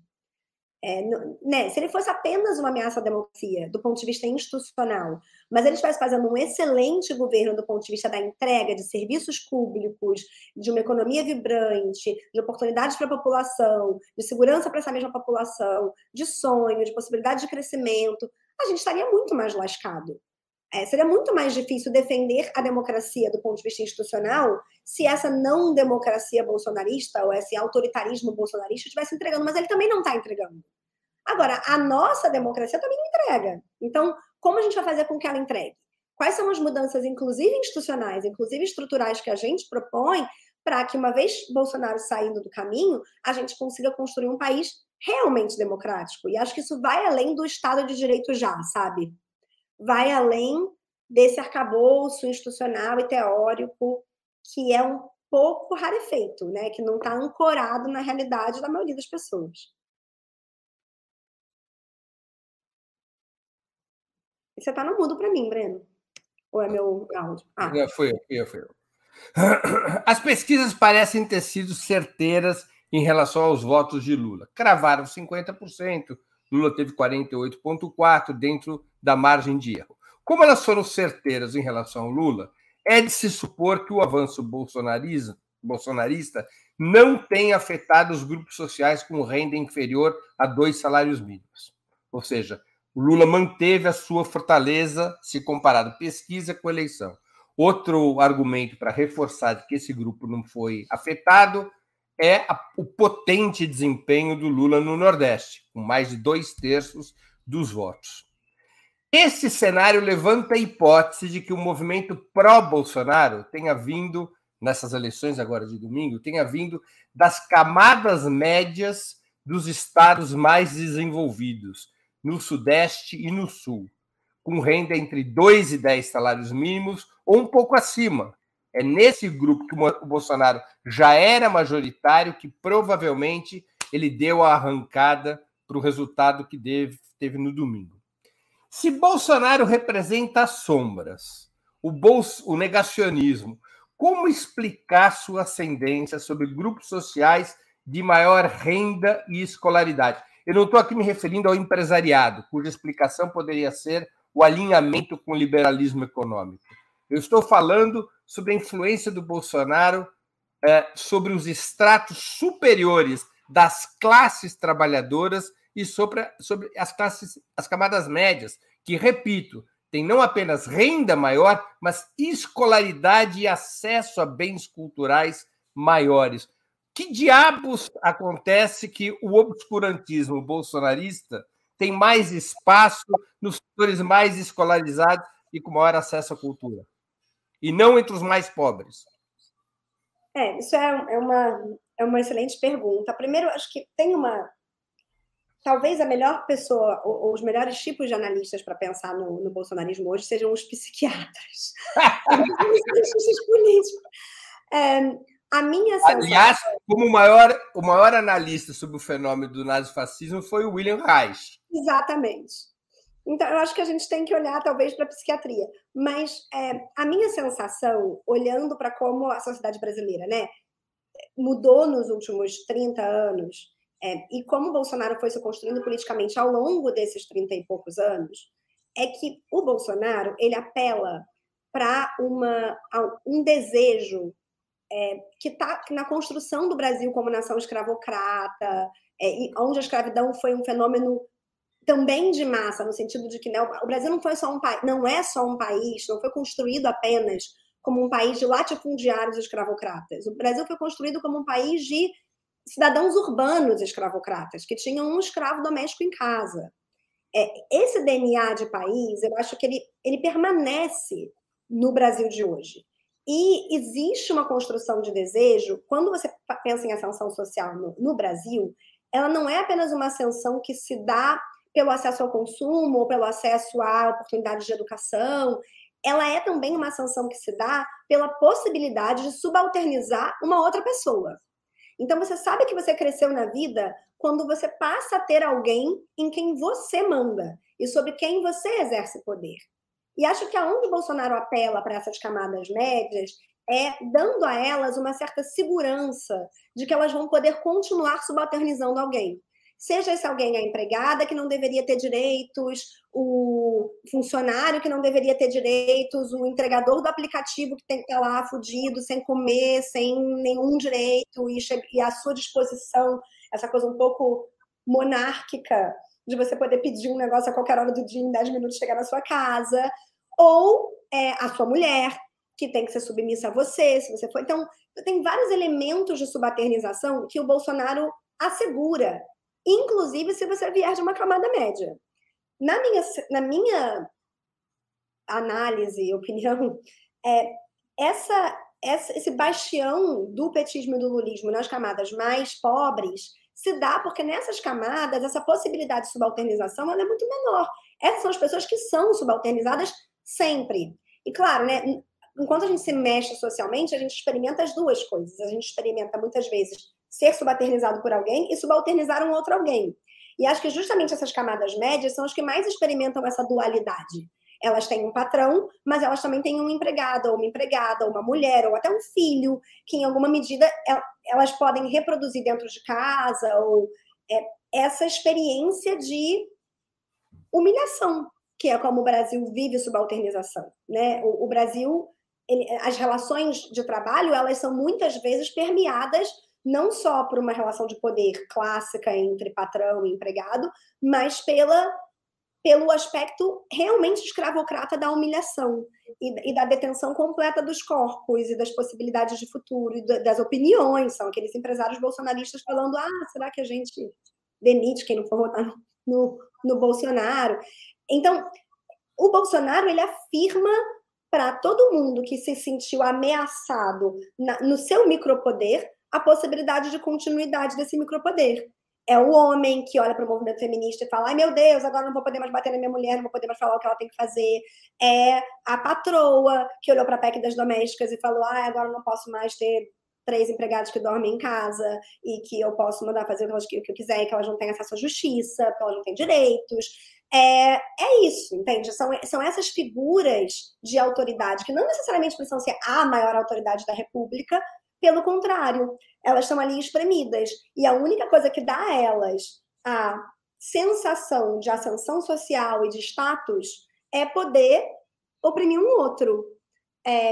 É, né, se ele fosse apenas uma ameaça à democracia, do ponto de vista institucional, mas ele estivesse fazendo um excelente governo do ponto de vista da entrega de serviços públicos, de uma economia vibrante, de oportunidades para a população, de segurança para essa mesma população, de sonho, de possibilidade de crescimento, a gente estaria muito mais lascado. É, seria muito mais difícil defender a democracia do ponto de vista institucional se essa não democracia bolsonarista ou esse autoritarismo bolsonarista estivesse entregando, mas ele também não está entregando. Agora, a nossa democracia também não entrega. Então, como a gente vai fazer com que ela entregue? Quais são as mudanças, inclusive institucionais, inclusive estruturais, que a gente propõe para que, uma vez Bolsonaro saindo do caminho, a gente consiga construir um país realmente democrático? E acho que isso vai além do Estado de Direito já, sabe? Vai além desse arcabouço institucional e teórico que é um pouco rarefeito, né? Que não está ancorado na realidade da maioria das pessoas. Você está no mudo para mim, Breno. Ou é meu áudio? Ah. Foi eu, foi eu, foi eu. As pesquisas parecem ter sido certeiras em relação aos votos de Lula. Cravaram cinquenta por cento, Lula teve quarenta e oito vírgula quatro por cento dentro da margem de erro. Como elas foram certeiras em relação ao Lula, é de se supor que o avanço bolsonarista, bolsonarista não tem afetado os grupos sociais com renda inferior a dois salários mínimos. Ou seja, o Lula manteve a sua fortaleza se comparado pesquisa com eleição. Outro argumento para reforçar que esse grupo não foi afetado é a, o potente desempenho do Lula no Nordeste, com mais de dois terços dos votos. Esse cenário levanta a hipótese de que o movimento pró-Bolsonaro tenha vindo, nessas eleições agora de domingo, tenha vindo das camadas médias dos estados mais desenvolvidos, no Sudeste e no Sul, com renda entre dois e dez salários mínimos ou um pouco acima. É nesse grupo que o Bolsonaro já era majoritário que provavelmente ele deu a arrancada para o resultado que teve no domingo. Se Bolsonaro representa as sombras, o, bolso, o negacionismo, como explicar sua ascendência sobre grupos sociais de maior renda e escolaridade? Eu não estou aqui me referindo ao empresariado, cuja explicação poderia ser o alinhamento com o liberalismo econômico. Eu estou falando sobre a influência do Bolsonaro eh, sobre os estratos superiores das classes trabalhadoras e sobre, sobre as classes, as camadas médias, que, repito, tem não apenas renda maior, mas escolaridade e acesso a bens culturais maiores. Que diabos acontece que o obscurantismo bolsonarista tem mais espaço nos setores mais escolarizados e com maior acesso à cultura? E não entre os mais pobres? É, isso é, é, uma, é uma excelente pergunta. Primeiro, acho que tem uma... Talvez a melhor pessoa, ou, ou os melhores tipos de analistas para pensar no, no bolsonarismo hoje sejam os psiquiatras. Os políticos. É, a minha sensação... Aliás, como o maior, o maior analista sobre o fenômeno do nazifascismo foi o William Reich. Exatamente. Então, eu acho que a gente tem que olhar, talvez, para a psiquiatria. Mas é, a minha sensação, olhando para como a sociedade brasileira, né, mudou nos últimos trinta anos, é, e como o Bolsonaro foi se construindo politicamente ao longo desses trinta e poucos anos, é que o Bolsonaro ele apela para um desejo é, que está na construção do Brasil como nação escravocrata, é, onde a escravidão foi um fenômeno também de massa, no sentido de que, né, o Brasil não foi só um país, não é só um país, não foi construído apenas como um país de latifundiários escravocratas. O Brasil foi construído como um país de cidadãos urbanos escravocratas, que tinham um escravo doméstico em casa. É, esse D N A de país, eu acho que ele, ele permanece no Brasil de hoje. E existe uma construção de desejo, quando você pensa em ascensão social no, no Brasil, ela não é apenas uma ascensão que se dá pelo acesso ao consumo ou pelo acesso a oportunidades de educação, ela é também uma ascensão que se dá pela possibilidade de subalternizar uma outra pessoa. Então, você sabe que você cresceu na vida quando você passa a ter alguém em quem você manda e sobre quem você exerce poder. E acho que aonde o Bolsonaro apela para essas camadas médias é dando a elas uma certa segurança de que elas vão poder continuar subalternizando alguém. Seja esse alguém a empregada que não deveria ter direitos, o funcionário que não deveria ter direitos, o entregador do aplicativo que tem que estar lá fudido, sem comer, sem nenhum direito, e, e à sua disposição, essa coisa um pouco monárquica de você poder pedir um negócio a qualquer hora do dia, em dez minutos chegar na sua casa, ou é, a sua mulher, que tem que ser submissa a você, se você for. Então, tem vários elementos de subalternização que o Bolsonaro assegura, inclusive se você vier de uma camada média. Na minha, na minha análise e opinião, é, essa, essa, esse bastião do petismo e do lulismo nas camadas mais pobres se dá porque nessas camadas essa possibilidade de subalternização ela é muito menor. Essas são as pessoas que são subalternizadas sempre. E claro, né, enquanto a gente se mexe socialmente, a gente experimenta as duas coisas. A gente experimenta muitas vezes ser subalternizado por alguém e subalternizar um outro alguém. E acho que justamente essas camadas médias são as que mais experimentam essa dualidade. Elas têm um patrão, mas elas também têm um empregado, ou uma empregada, ou uma mulher, ou até um filho, que em alguma medida elas podem reproduzir dentro de casa, ou é, essa experiência de humilhação, que é como o Brasil vive subalternização, né? O, o Brasil, ele, as relações de trabalho, elas são muitas vezes permeadas não só por uma relação de poder clássica entre patrão e empregado, mas pela pelo aspecto realmente escravocrata da humilhação e, e da detenção completa dos corpos e das possibilidades de futuro e das opiniões. São aqueles empresários bolsonaristas falando: ah, será que a gente demite quem não for votar no, no, no Bolsonaro? Então, o Bolsonaro, ele afirma para todo mundo que se sentiu ameaçado na, no seu micropoder a possibilidade de continuidade desse micropoder. É o homem que olha para o movimento feminista e fala: ai, meu Deus, agora não vou poder mais bater na minha mulher, não vou poder mais falar o que ela tem que fazer. É a patroa que olhou para a P E C das domésticas e falou: ai, agora não posso mais ter três empregados que dormem em casa e que eu posso mandar fazer o que, elas, o que eu quiser e que elas não têm acesso à justiça, porque elas não têm direitos. É, é isso, entende? São, são essas figuras de autoridade que não necessariamente precisam ser a maior autoridade da República, pelo contrário, elas estão ali espremidas. E a única coisa que dá a elas a sensação de ascensão social e de status é poder oprimir um outro. É,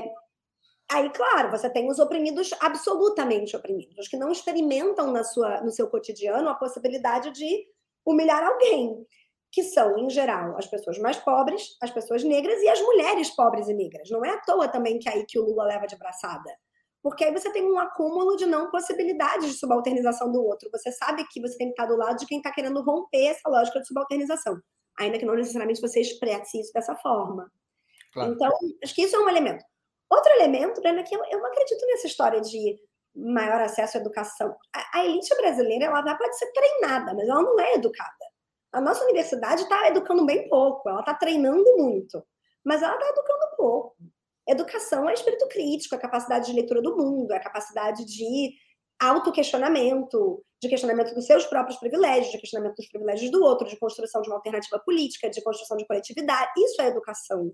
aí, claro, você tem os oprimidos absolutamente oprimidos, os que não experimentam na sua, no seu cotidiano a possibilidade de humilhar alguém, que são, em geral, as pessoas mais pobres, as pessoas negras e as mulheres pobres e negras. Não é à toa também que é aí que o Lula leva de braçada. Porque aí você tem um acúmulo de não possibilidades de subalternização do outro. Você sabe que você tem que estar do lado de quem está querendo romper essa lógica de subalternização, ainda que não necessariamente você expresse isso dessa forma. Claro. Então, acho que isso é um elemento. Outro elemento, Brenda, que eu, eu não acredito nessa história de maior acesso à educação. A, a elite brasileira, ela pode ser treinada, mas ela não é educada. A nossa universidade está educando bem pouco, ela está treinando muito, mas ela está educando pouco. Educação é espírito crítico, é a capacidade de leitura do mundo, é a capacidade de autoquestionamento, de questionamento dos seus próprios privilégios, de questionamento dos privilégios do outro, de construção de uma alternativa política, de construção de coletividade. Isso é educação.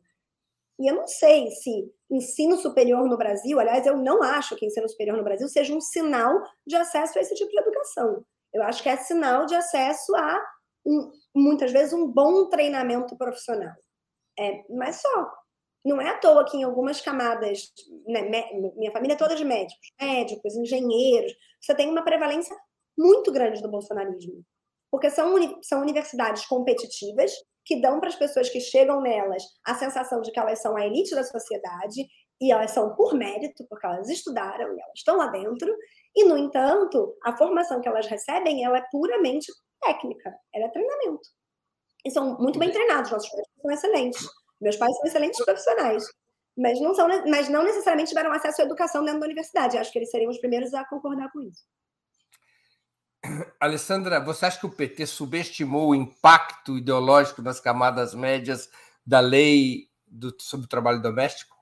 E eu não sei se ensino superior no Brasil, aliás, eu não acho que ensino superior no Brasil seja um sinal de acesso a esse tipo de educação. Eu acho que é sinal de acesso a, um, muitas vezes, um bom treinamento profissional. É, mas só. Não é à toa que em algumas camadas, né, minha família é toda de médicos, médicos, engenheiros, você tem uma prevalência muito grande do bolsonarismo. Porque são, são universidades competitivas que dão para as pessoas que chegam nelas a sensação de que elas são a elite da sociedade e elas são por mérito, porque elas estudaram e elas estão lá dentro. E, no entanto, a formação que elas recebem ela é puramente técnica, ela é treinamento. E são muito bem treinados, nossos médicos são excelentes. Meus pais são excelentes profissionais, mas não, são, mas não necessariamente tiveram acesso à educação dentro da universidade. Acho que eles seriam os primeiros a concordar com isso. Alessandra, você acha que o P T subestimou o impacto ideológico nas camadas médias da lei do, sobre o trabalho doméstico?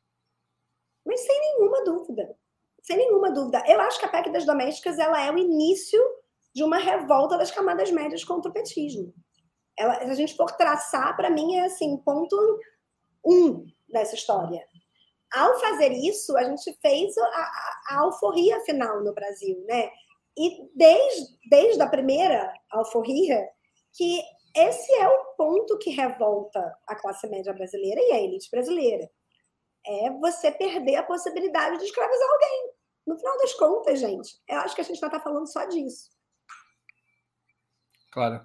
Mas sem nenhuma dúvida. Sem nenhuma dúvida. Eu acho que a P E C das domésticas ela é o início de uma revolta das camadas médias contra o petismo. Ela, se a gente for traçar, para mim, é assim, ponto um dessa história. Ao fazer isso, a gente fez a, a, a alforria final no Brasil, né? E desde, desde a primeira alforria, que esse é o ponto que revolta a classe média brasileira e a elite brasileira. É você perder a possibilidade de escravizar alguém. No final das contas, gente, eu acho que a gente não está falando só disso. Claro.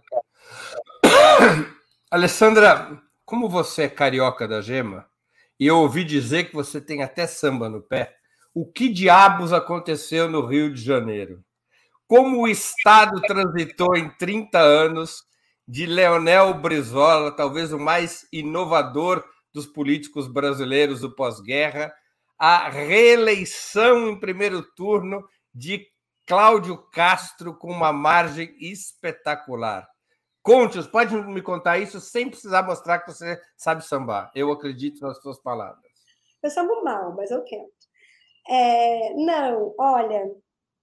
Alessandra, como você é carioca da gema, e eu ouvi dizer que você tem até samba no pé, o que diabos aconteceu no Rio de Janeiro? Como o Estado transitou em trinta anos de Leonel Brizola, talvez o mais inovador dos políticos brasileiros do pós-guerra, à reeleição em primeiro turno de Cláudio Castro com uma margem espetacular? Conte-os, pode me contar isso sem precisar mostrar que você sabe sambar. Eu acredito nas suas palavras. Eu sambo mal, mas eu tento. É, não, olha...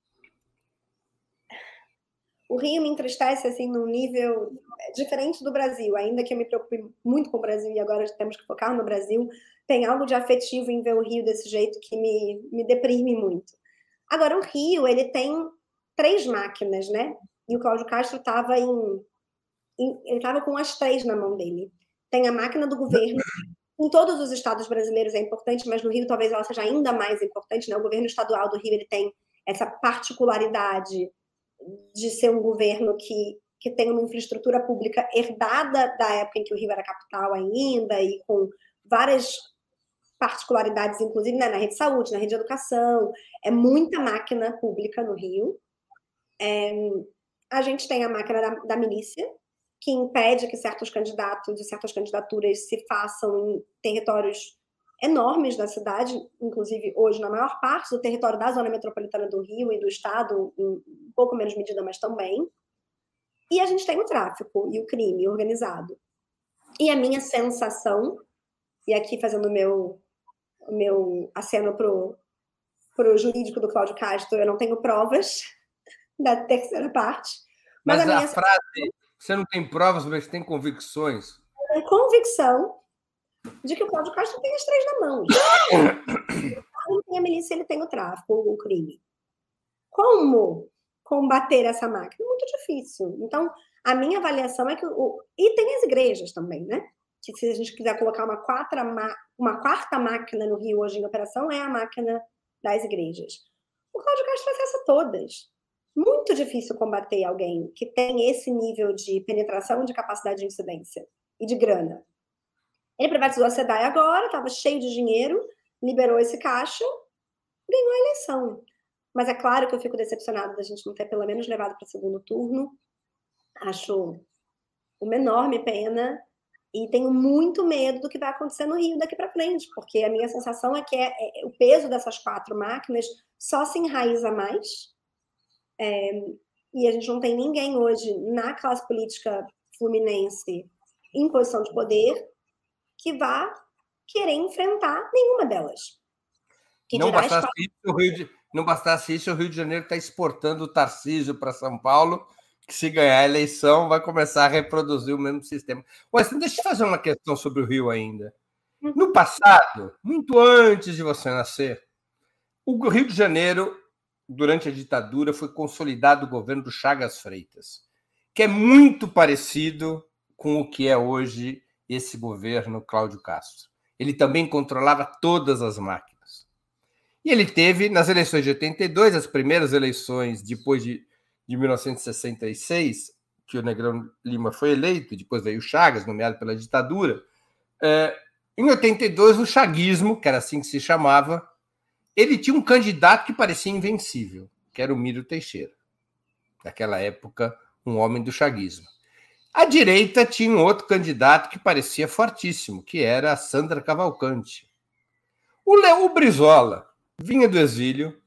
O Rio me entristece assim, num nível diferente do Brasil, ainda que eu me preocupe muito com o Brasil e agora temos que focar no Brasil, tem algo de afetivo em ver o Rio desse jeito que me, me deprime muito. Agora, o Rio, ele tem três máquinas, né? E o Cláudio Castro estava em, em... Ele estava com as três na mão dele. Tem a máquina do governo, em todos os estados brasileiros é importante, mas no Rio talvez ela seja ainda mais importante, né? O governo estadual do Rio, ele tem essa particularidade de ser um governo que que tem uma infraestrutura pública herdada da época em que o Rio era capital ainda, e com várias particularidades, inclusive, né, na rede de saúde, na rede de educação. É muita máquina pública no Rio. É, a gente tem a máquina da, da milícia, que impede que certos candidatos e certas candidaturas se façam em territórios enormes da cidade, inclusive hoje na maior parte do território da zona metropolitana do Rio e do estado, em um pouco menos medida, mas também. E a gente tem o tráfico e o crime organizado. E a minha sensação, e aqui fazendo o meu, o meu aceno pro, pro jurídico do Cláudio Castro, eu não tenho provas da terceira parte. Mas, mas a, a minha frase, você não tem provas, mas tem convicções. Tem convicção de que o Cláudio Castro tem as três na mão. Ele tem a milícia, ele tem o tráfico, o crime. Como combater essa máquina? Muito difícil. Então, a minha avaliação é que... O... E tem as igrejas também, né? Que se a gente quiser colocar uma quarta, uma quarta máquina no Rio hoje em operação, é a máquina das igrejas. O Cláudio Castro acessa todas. Muito difícil combater alguém que tem esse nível de penetração e de capacidade de incidência e de grana. Ele privatizou a SEDAI agora, estava cheio de dinheiro, liberou esse caixa, ganhou a eleição. Mas é claro que eu fico decepcionada da gente não ter pelo menos levado para o segundo turno. Acho uma enorme pena e tenho muito medo do que vai acontecer no Rio daqui para frente, porque a minha sensação é que é, é, o peso dessas quatro máquinas só se enraiza mais. É, e a gente não tem ninguém hoje na classe política fluminense em posição de poder que vá querer enfrentar nenhuma delas. Que não, bastasse isso, o Rio de, não bastasse isso, o Rio de Janeiro está exportando o Tarcísio para São Paulo, que se ganhar a eleição vai começar a reproduzir o mesmo sistema. Mas deixa eu fazer uma questão sobre o Rio ainda. No passado, muito antes de você nascer, o Rio de Janeiro, durante a ditadura, foi consolidado o governo do Chagas Freitas, que é muito parecido com o que é hoje esse governo Cláudio Castro. Ele também controlava todas as máquinas. E ele teve, nas eleições de oitenta e dois, as primeiras eleições depois de, de mil novecentos e sessenta e seis, que o Negrão Lima foi eleito, depois veio o Chagas, nomeado pela ditadura. É, em oitenta e dois, o chaguismo, que era assim que se chamava, ele tinha um candidato que parecia invencível, que era o Mírio Teixeira. Naquela época, um homem do chaguismo. À direita tinha um outro candidato que parecia fortíssimo, que era a Sandra Cavalcante. O Léo Brizola vinha do exílio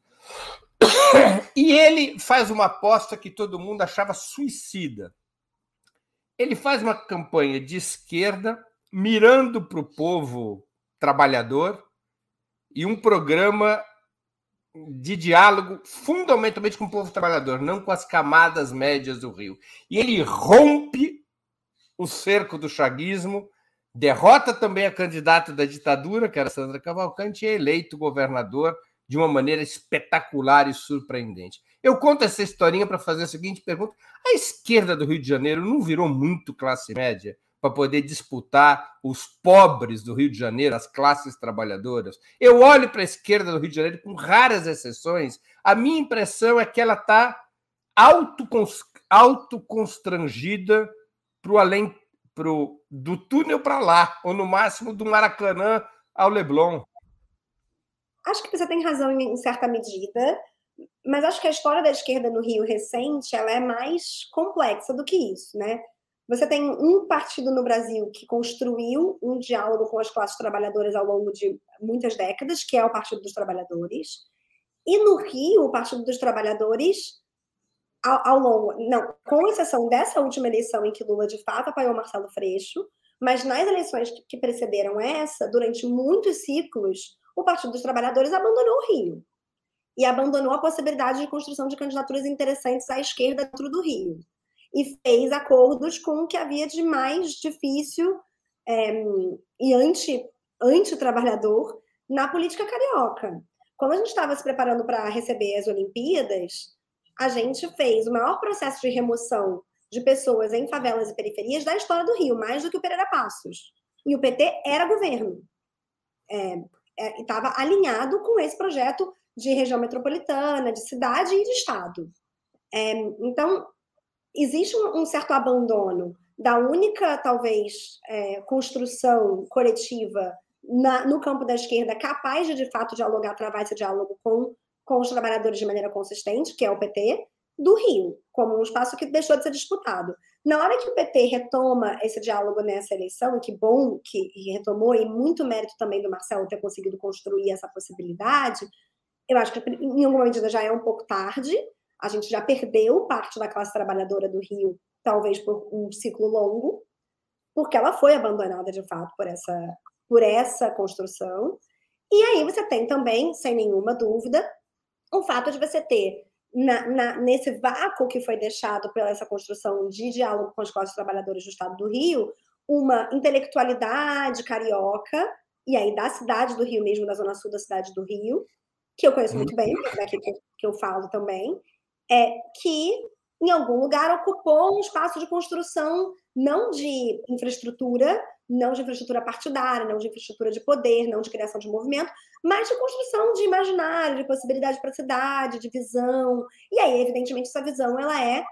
e ele faz uma aposta que todo mundo achava suicida. Ele faz uma campanha de esquerda, mirando para o povo trabalhador, e um programa de diálogo fundamentalmente com o povo trabalhador, não com as camadas médias do Rio. E ele rompe o cerco do chaguismo, derrota também a candidata da ditadura, que era Sandra Cavalcante, e é eleito governador de uma maneira espetacular e surpreendente. Eu conto essa historinha para fazer a seguinte pergunta: a esquerda do Rio de Janeiro não virou muito classe média para poder disputar os pobres do Rio de Janeiro, as classes trabalhadoras? Eu olho para a esquerda do Rio de Janeiro com raras exceções. A minha impressão é que ela está autoconstrangida para o além, pro, do túnel para lá, ou no máximo do Maracanã ao Leblon. Acho que você tem razão em certa medida, mas acho que a história da esquerda no Rio recente ela é mais complexa do que isso, né? Você tem um partido no Brasil que construiu um diálogo com as classes trabalhadoras ao longo de muitas décadas, que é o Partido dos Trabalhadores. E no Rio, o Partido dos Trabalhadores, ao, ao longo... Não, com exceção dessa última eleição em que Lula, de fato, apoiou Marcelo Freixo, mas nas eleições que precederam essa, durante muitos ciclos, o Partido dos Trabalhadores abandonou o Rio. E abandonou a possibilidade de construção de candidaturas interessantes à esquerda dentro do Rio. E fez acordos com o que havia de mais difícil é, e anti, anti-trabalhador na política carioca. Quando a gente estava se preparando para receber as Olimpíadas, a gente fez o maior processo de remoção de pessoas em favelas e periferias da história do Rio, mais do que o Pereira Passos. E o P T era governo. É, é, estava alinhado com esse projeto de região metropolitana, de cidade e de estado. É, então... existe um, um certo abandono da única, talvez, é, construção coletiva na, no campo da esquerda capaz de, de fato, dialogar, travar esse diálogo com, com os trabalhadores de maneira consistente, que é o P T, do Rio, como um espaço que deixou de ser disputado. Na hora que o P T retoma esse diálogo nessa eleição, e que bom que retomou, e muito mérito também do Marcelo ter conseguido construir essa possibilidade, eu acho que em alguma medida já é um pouco tarde, a gente já perdeu parte da classe trabalhadora do Rio, talvez por um ciclo longo, porque ela foi abandonada, de fato, por essa, por essa construção. E aí você tem também, sem nenhuma dúvida, o fato de você ter, na, na, nesse vácuo que foi deixado pela essa construção de diálogo com as classes trabalhadoras do Estado do Rio, uma intelectualidade carioca, e aí da cidade do Rio mesmo, da zona sul da cidade do Rio, que eu conheço muito bem, daqui que, que eu falo também, é que em algum lugar ocupou um espaço de construção não de infraestrutura, não de infraestrutura partidária, não de infraestrutura de poder, não de criação de movimento, mas de construção de imaginário, de possibilidade para a cidade, de visão. E aí, evidentemente, essa visão ela é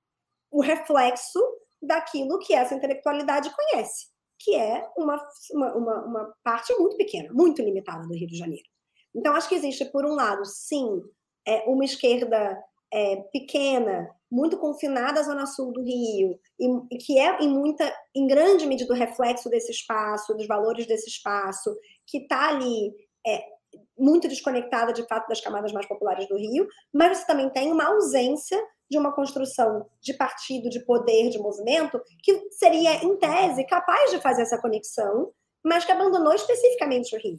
o reflexo daquilo que essa intelectualidade conhece, que é uma, uma, uma, uma parte muito pequena, muito limitada do Rio de Janeiro. Então, acho que existe, por um lado, sim, é, uma esquerda é, pequena, muito confinada à zona sul do Rio, e, e que é, em, muita, em grande medida, o reflexo desse espaço, dos valores desse espaço, que está ali é, muito desconectada, de fato, das camadas mais populares do Rio, mas você também tem uma ausência de uma construção de partido, de poder, de movimento, que seria, em tese, capaz de fazer essa conexão, mas que abandonou especificamente o Rio.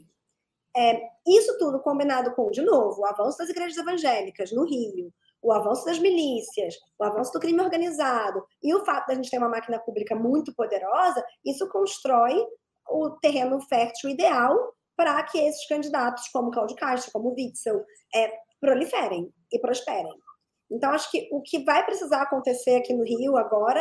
É, isso tudo combinado com, de novo, o avanço das igrejas evangélicas no Rio, o avanço das milícias, o avanço do crime organizado e o fato de a gente ter uma máquina pública muito poderosa, isso constrói o terreno fértil ideal para que esses candidatos, como Cláudio Castro, como Witzel, é, proliferem e prosperem. Então, acho que o que vai precisar acontecer aqui no Rio agora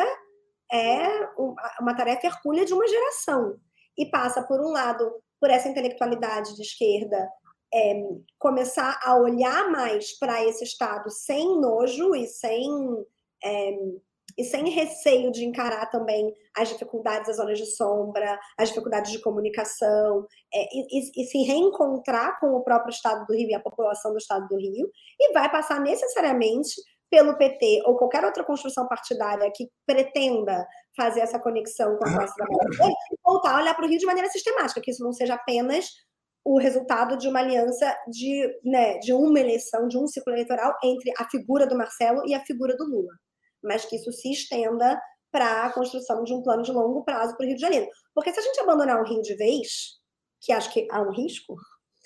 é uma tarefa hercúlea de uma geração. E passa, por um lado, por essa intelectualidade de esquerda é, começar a olhar mais para esse Estado sem nojo e sem, é, e sem receio de encarar também as dificuldades das zonas de sombra, as dificuldades de comunicação, é, e, e, e se reencontrar com o próprio Estado do Rio e a população do Estado do Rio, e vai passar necessariamente pelo P T ou qualquer outra construção partidária que pretenda fazer essa conexão com a classe trabalhadora e voltar a olhar para o Rio de maneira sistemática, que isso não seja apenas o resultado de uma aliança de, né, de uma eleição, de um ciclo eleitoral entre a figura do Marcelo e a figura do Lula, mas que isso se estenda para a construção de um plano de longo prazo para o Rio de Janeiro. Porque se a gente abandonar o Rio de vez, que acho que há um risco,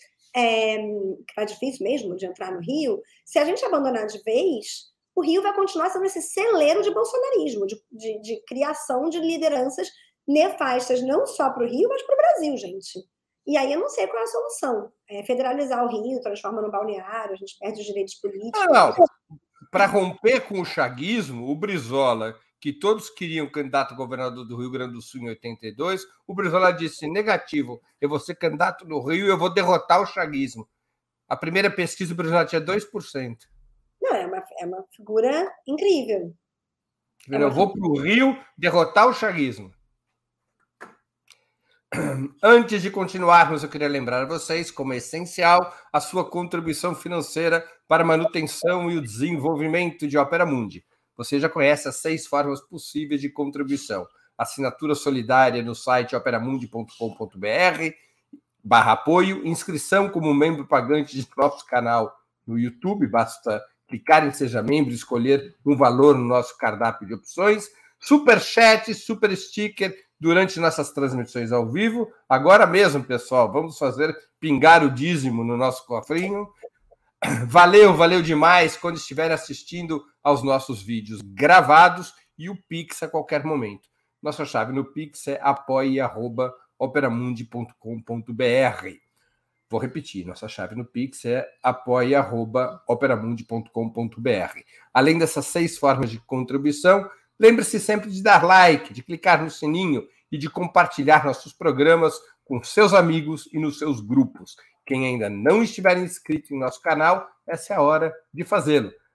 é, que está difícil mesmo de entrar no Rio, se a gente abandonar de vez, o Rio vai continuar sendo esse celeiro de bolsonarismo, de, de, de criação de lideranças nefastas, não só para o Rio, mas para o Brasil, gente. E aí eu não sei qual é a solução. É federalizar o Rio, transforma no balneário, a gente perde os direitos políticos. Não, não. Para romper com o chaguismo, o Brizola, que todos queriam candidato a governador do Rio Grande do Sul em oitenta e dois, o Brizola disse, negativo, eu vou ser candidato no Rio e eu vou derrotar o chaguismo. A primeira pesquisa, o Brizola tinha dois por cento. Não, é uma, é uma figura incrível. Eu é uma... vou para o Rio derrotar o chaguismo. Antes de continuarmos, eu queria lembrar a vocês, como é essencial, a sua contribuição financeira para a manutenção e o desenvolvimento de Opera Mundi. Você já conhece as seis formas possíveis de contribuição. Assinatura solidária no site operamundi ponto com ponto br, barra apoio, inscrição como membro pagante de nosso canal no YouTube, basta clicar em Seja Membro e escolher um valor no nosso cardápio de opções, super chat, super sticker durante nossas transmissões ao vivo. Agora mesmo, pessoal, vamos fazer pingar o dízimo no nosso cofrinho. Valeu, valeu demais quando estiverem assistindo aos nossos vídeos gravados e o Pix a qualquer momento. Nossa chave no Pix é apoie arroba operamundi ponto com ponto br. Vou repetir, nossa chave no Pix é apoie arroba operamundi ponto com ponto br. Além dessas seis formas de contribuição, lembre-se sempre de dar like, de clicar no sininho e de compartilhar nossos programas com seus amigos e nos seus grupos. Quem ainda não estiver inscrito em nosso canal, essa é a hora de fazê-lo.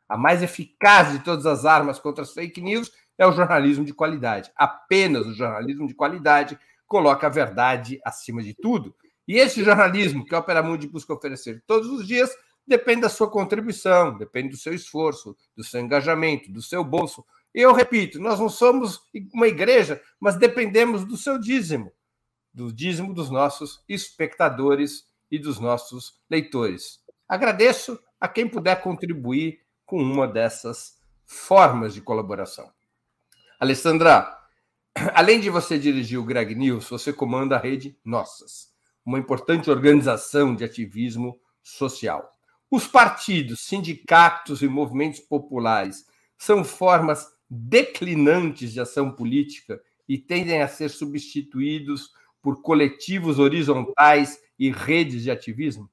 A mais eficaz de todas as armas contra as fake news é o jornalismo de qualidade. Apenas o jornalismo de qualidade coloca a verdade acima de tudo. E esse jornalismo que a Opera Mundi busca oferecer todos os dias depende da sua contribuição, depende do seu esforço, do seu engajamento, do seu bolso. E eu repito, nós não somos uma igreja, mas dependemos do seu dízimo, do dízimo dos nossos espectadores e dos nossos leitores. Agradeço a quem puder contribuir com uma dessas formas de colaboração. Alessandra, além de você dirigir o Greg News, você comanda a rede Nossas, uma importante organização de ativismo social. Os partidos, sindicatos e movimentos populares são formas declinantes de ação política e tendem a ser substituídos por coletivos horizontais e redes de ativismo?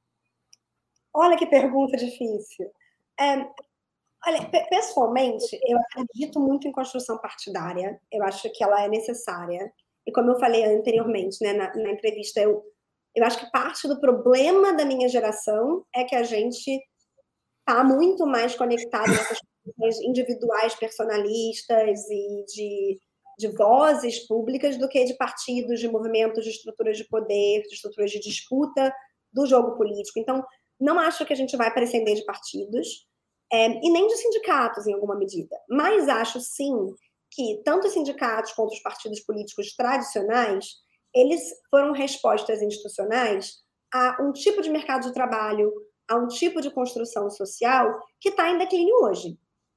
Olha que pergunta difícil. É, olha, pessoalmente, eu acredito muito em construção partidária. Eu acho que ela é necessária. E como eu falei anteriormente, né, na, na entrevista, eu, eu acho que parte do problema da minha geração é que a gente está muito mais conectado nessas questões individuais, personalistas e de, de vozes públicas do que de partidos, de movimentos, de estruturas de poder, de estruturas de disputa do jogo político. Então, não acho que a gente vai prescender de partidos é, e nem de sindicatos, em alguma medida. Mas acho, sim, que tanto os sindicatos quanto os partidos políticos tradicionais, eles foram respostas institucionais a um tipo de mercado de trabalho, a um tipo de construção social que está em declínio hoje.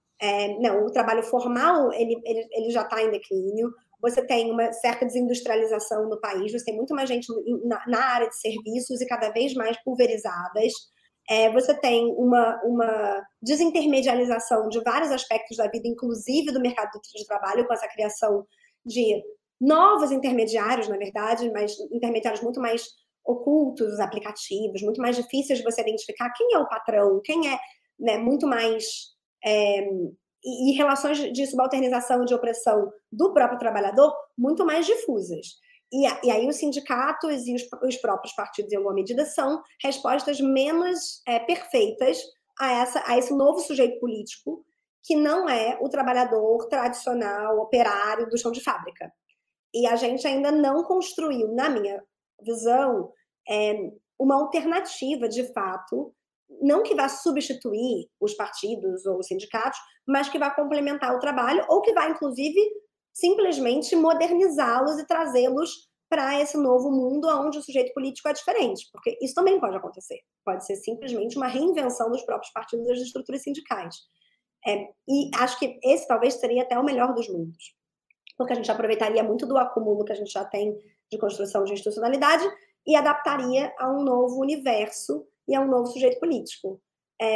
É, não, o trabalho formal ele, ele, ele já está em declínio. Você tem uma certa desindustrialização no país, você tem muito mais gente na, na área de serviços e cada vez mais pulverizadas. É, você tem uma, uma desintermedialização de vários aspectos da vida, inclusive do mercado de trabalho, com essa criação de novos intermediários, na verdade, mas intermediários muito mais ocultos, aplicativos, muito mais difíceis de você identificar quem é o patrão, quem é, né, muito mais... É, e, e relações de subalternização e de opressão do próprio trabalhador muito mais difusas. E, e aí os sindicatos e os, os próprios partidos, em alguma medida, são respostas menos é, perfeitas a, essa, a esse novo sujeito político que não é o trabalhador tradicional, operário do chão de fábrica. E a gente ainda não construiu, na minha visão, é, uma alternativa, de fato, não que vá substituir os partidos ou os sindicatos, mas que vá complementar o trabalho ou que vá, inclusive, simplesmente modernizá-los e trazê-los para esse novo mundo onde o sujeito político é diferente, porque isso também pode acontecer. Pode ser simplesmente uma reinvenção dos próprios partidos e das estruturas sindicais. É, e acho que esse talvez seria até o melhor dos mundos, porque a gente aproveitaria muito do acúmulo que a gente já tem de construção de institucionalidade e adaptaria a um novo universo e a um novo sujeito político. É,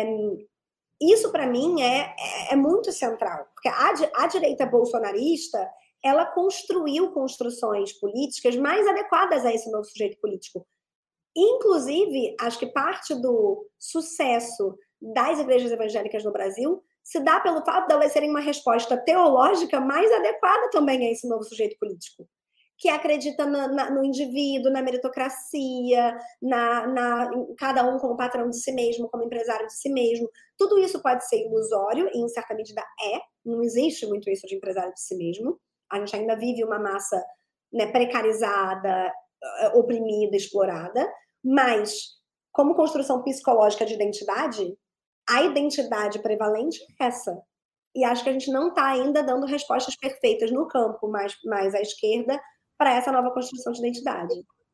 isso, para mim, é, é, é muito central, porque a, a direita bolsonarista, ela construiu construções políticas mais adequadas a esse novo sujeito político. Inclusive, acho que parte do sucesso das igrejas evangélicas no Brasil se dá pelo fato de elas serem uma resposta teológica mais adequada também a esse novo sujeito político, que acredita na, na, no indivíduo, na meritocracia, na, na, em cada um como patrão de si mesmo, como empresário de si mesmo. Tudo isso pode ser ilusório, e em certa medida é. Não existe muito isso de empresário de si mesmo. A gente ainda vive uma massa, né, precarizada, oprimida, explorada. Mas, como construção psicológica de identidade, a identidade prevalente é essa. E acho que a gente não está ainda dando respostas perfeitas no campo mais, mais à esquerda para essa nova construção de identidade.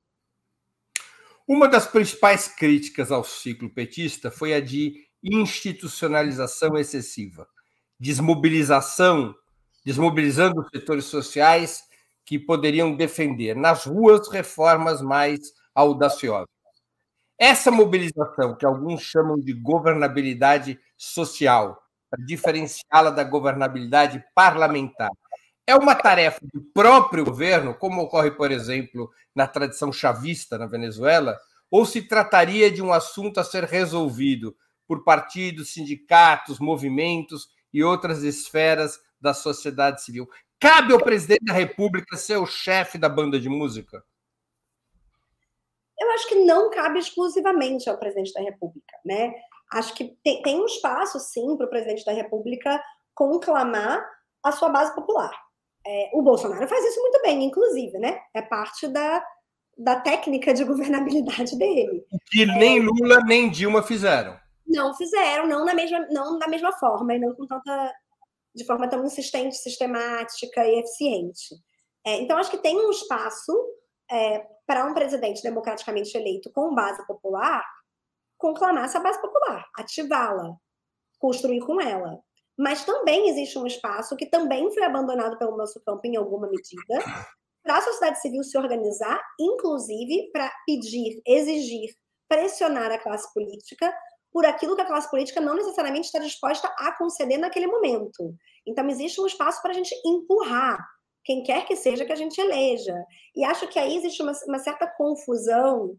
Uma das principais críticas ao ciclo petista foi a de institucionalização excessiva, desmobilização, desmobilizando os setores sociais que poderiam defender nas ruas reformas mais audaciosas. Essa mobilização, que alguns chamam de governabilidade social, para diferenciá-la da governabilidade parlamentar, é uma tarefa do próprio governo, como ocorre, por exemplo, na tradição chavista na Venezuela, ou se trataria de um assunto a ser resolvido por partidos, sindicatos, movimentos e outras esferas da sociedade civil? Cabe ao presidente da República ser o chefe da banda de música? Eu acho que não cabe exclusivamente ao presidente da República, né? Acho que tem, tem um espaço, sim, para o presidente da República conclamar a sua base popular. É, o Bolsonaro faz isso muito bem, inclusive, né? É parte da, da técnica de governabilidade dele. O que nem Lula nem Dilma fizeram. Não fizeram, não, na mesma, não da mesma forma, e não com tanta, de forma tão insistente, sistemática e eficiente. É, então, acho que tem um espaço é, para um presidente democraticamente eleito com base popular conclamar essa base popular, ativá-la, construir com ela. Mas também existe um espaço que também foi abandonado pelo nosso campo em alguma medida, para a sociedade civil se organizar, inclusive para pedir, exigir, pressionar a classe política por aquilo que a classe política não necessariamente está disposta a conceder naquele momento. Então, existe um espaço para a gente empurrar quem quer que seja que a gente eleja. E acho que aí existe uma, uma certa confusão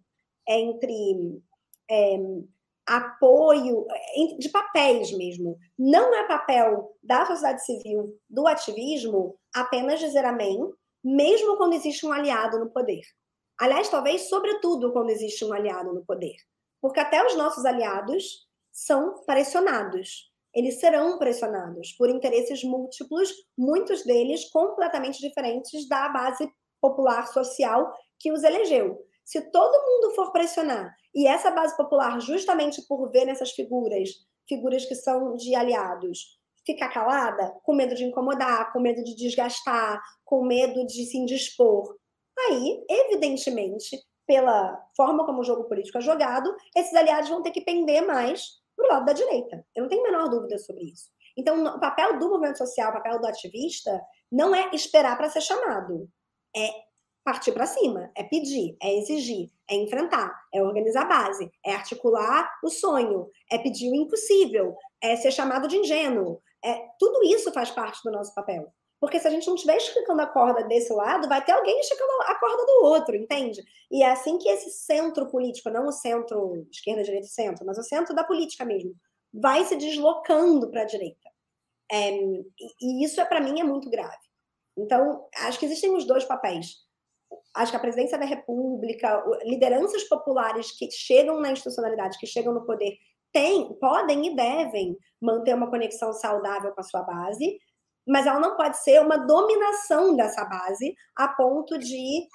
entre é, apoio, de papéis mesmo. Não é papel da sociedade civil, do ativismo, apenas dizer amém, mesmo quando existe um aliado no poder. Aliás, talvez, sobretudo, quando existe um aliado no poder. Porque até os nossos aliados são pressionados. Eles serão pressionados por interesses múltiplos, muitos deles completamente diferentes da base popular social que os elegeu. Se todo mundo for pressionar, e essa base popular, justamente por ver nessas figuras, figuras que são de aliados, ficar calada, com medo de incomodar, com medo de desgastar, com medo de se indispor, aí, evidentemente, pela forma como o jogo político é jogado, esses aliados vão ter que pender mais para o lado da direita. Eu não tenho a menor dúvida sobre isso. Então, o papel do movimento social, o papel do ativista, não é esperar para ser chamado. É partir para cima, é pedir, é exigir, é enfrentar, é organizar a base, é articular o sonho, é pedir o impossível, é ser chamado de ingênuo. É, tudo isso faz parte do nosso papel. Porque se a gente não estiver esticando a corda desse lado, vai ter alguém esticando a corda do outro, entende? E é assim que esse centro político, não o centro esquerda, direita e centro, mas o centro da política mesmo, vai se deslocando para a direita. É, e isso, para mim, é muito grave. Então, acho que existem os dois papéis. Acho que a presidência da República, lideranças populares que chegam na institucionalidade, que chegam no poder, têm, podem e devem manter uma conexão saudável com a sua base, mas ela não pode ser uma dominação dessa base a ponto de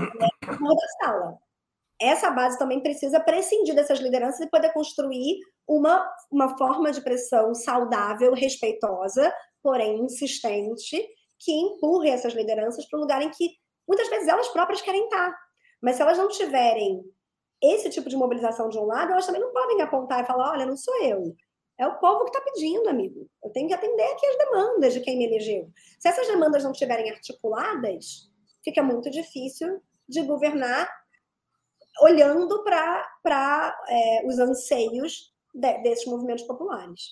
amordaçá-la. Essa base também precisa prescindir dessas lideranças e poder construir uma, uma forma de pressão saudável, respeitosa, porém insistente, que empurre essas lideranças para um lugar em que muitas vezes elas próprias querem estar. Mas se elas não tiverem esse tipo de mobilização de um lado, elas também não podem apontar e falar, olha, não sou eu. É o povo que está pedindo, amigo. Eu tenho que atender aqui as demandas de quem me elegeu. Se essas demandas não estiverem articuladas, fica muito difícil de governar olhando para é, os anseios de, desses movimentos populares.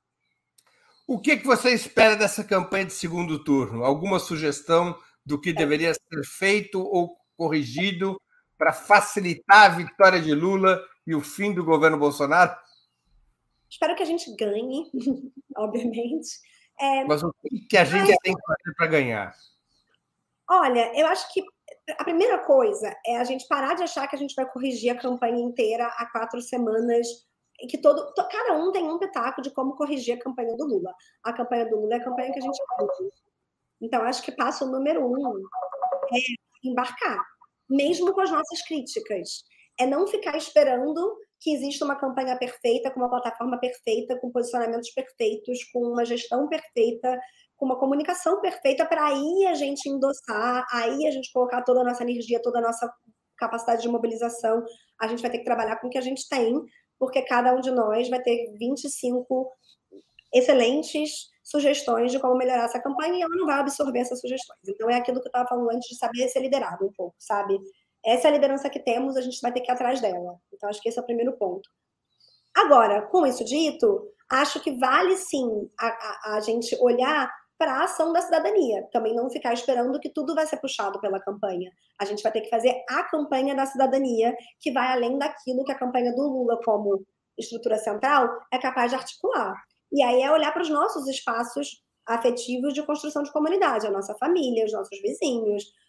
O que, que você espera dessa campanha de segundo turno? Alguma sugestão do que é. deveria ser feito ou corrigido para facilitar a vitória de Lula e o fim do governo Bolsonaro? Espero que a gente ganhe, obviamente. É... Mas o que a gente ah, tem que fazer para ganhar? Olha, eu acho que a primeira coisa é a gente parar de achar que a gente vai corrigir a campanha inteira há quatro semanas e que todo, cada um tem um pitaco de como corrigir a campanha do Lula. A campanha do Lula é a campanha que a gente corrige. Então, acho que passo número um é embarcar, mesmo com as nossas críticas. É não ficar esperando que exista uma campanha perfeita, com uma plataforma perfeita, com posicionamentos perfeitos, com uma gestão perfeita, com uma comunicação perfeita, para aí a gente endossar, aí a gente colocar toda a nossa energia, toda a nossa capacidade de mobilização. A gente vai ter que trabalhar com o que a gente tem, porque cada um de nós vai ter vinte e cinco excelentes sugestões de como melhorar essa campanha e ela não vai absorver essas sugestões. Então, é aquilo que eu estava falando antes de saber ser liderado um pouco, sabe? Essa é a liderança que temos, a gente vai ter que ir atrás dela. Então, acho que esse é o primeiro ponto. Agora, com isso dito, acho que vale sim a, a, a gente olhar para a ação da cidadania. Também não ficar esperando que tudo vai ser puxado pela campanha. A gente vai ter que fazer a campanha da cidadania, que vai além daquilo que a campanha do Lula, como estrutura central, é capaz de articular. E aí é olhar para os nossos espaços afetivos de construção de comunidade, a nossa família, os nossos vizinhos,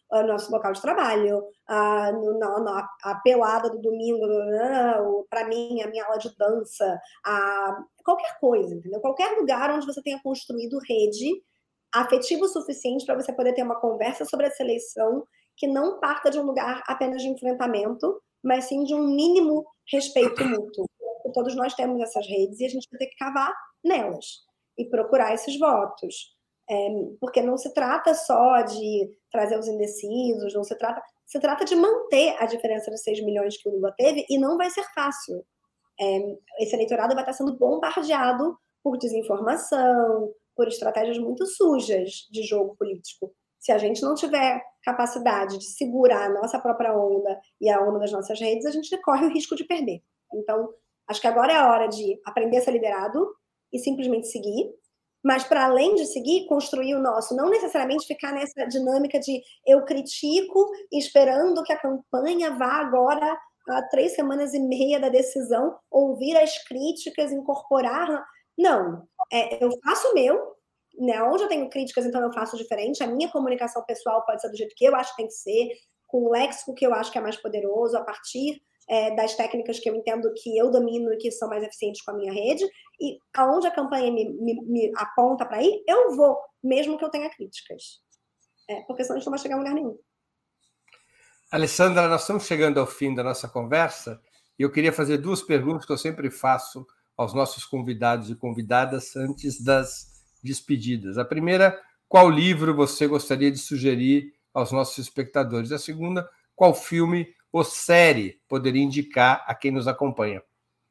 no nosso local de trabalho, a, no, na, na, a pelada do domingo, para mim, a minha aula de dança, a, qualquer coisa, entendeu? Qualquer lugar onde você tenha construído rede afetivo o suficiente para você poder ter uma conversa sobre essa eleição que não parta de um lugar apenas de enfrentamento, mas sim de um mínimo respeito mútuo. Todos nós temos essas redes e a gente vai ter que cavar nelas e procurar esses votos. É, porque não se trata só de trazer os indecisos, não se trata... Se trata de manter a diferença de seis milhões que o Lula teve e não vai ser fácil. É, esse eleitorado vai estar sendo bombardeado por desinformação, por estratégias muito sujas de jogo político. Se a gente não tiver capacidade de segurar a nossa própria onda e a onda das nossas redes, a gente corre o risco de perder. Então, acho que agora é a hora de aprender a ser liderado e simplesmente seguir, mas para além de seguir, construir o nosso. Não necessariamente ficar nessa dinâmica de eu critico esperando que a campanha vá agora a três semanas e meia da decisão, ouvir as críticas, incorporar... Não, é, eu faço o meu, né? Onde eu tenho críticas, então eu faço diferente. A minha comunicação pessoal pode ser do jeito que eu acho que tem que ser, com o léxico que eu acho que é mais poderoso, a partir é, das técnicas que eu entendo que eu domino e que são mais eficientes com a minha rede. E aonde a campanha me, me, me aponta para ir, eu vou, mesmo que eu tenha críticas. É, porque senão a gente não vai chegar a lugar nenhum. Alessandra, nós estamos chegando ao fim da nossa conversa e eu queria fazer duas perguntas que eu sempre faço aos nossos convidados e convidadas antes das despedidas. A primeira, qual livro você gostaria de sugerir aos nossos espectadores? A segunda, qual filme ou série poderia indicar a quem nos acompanha?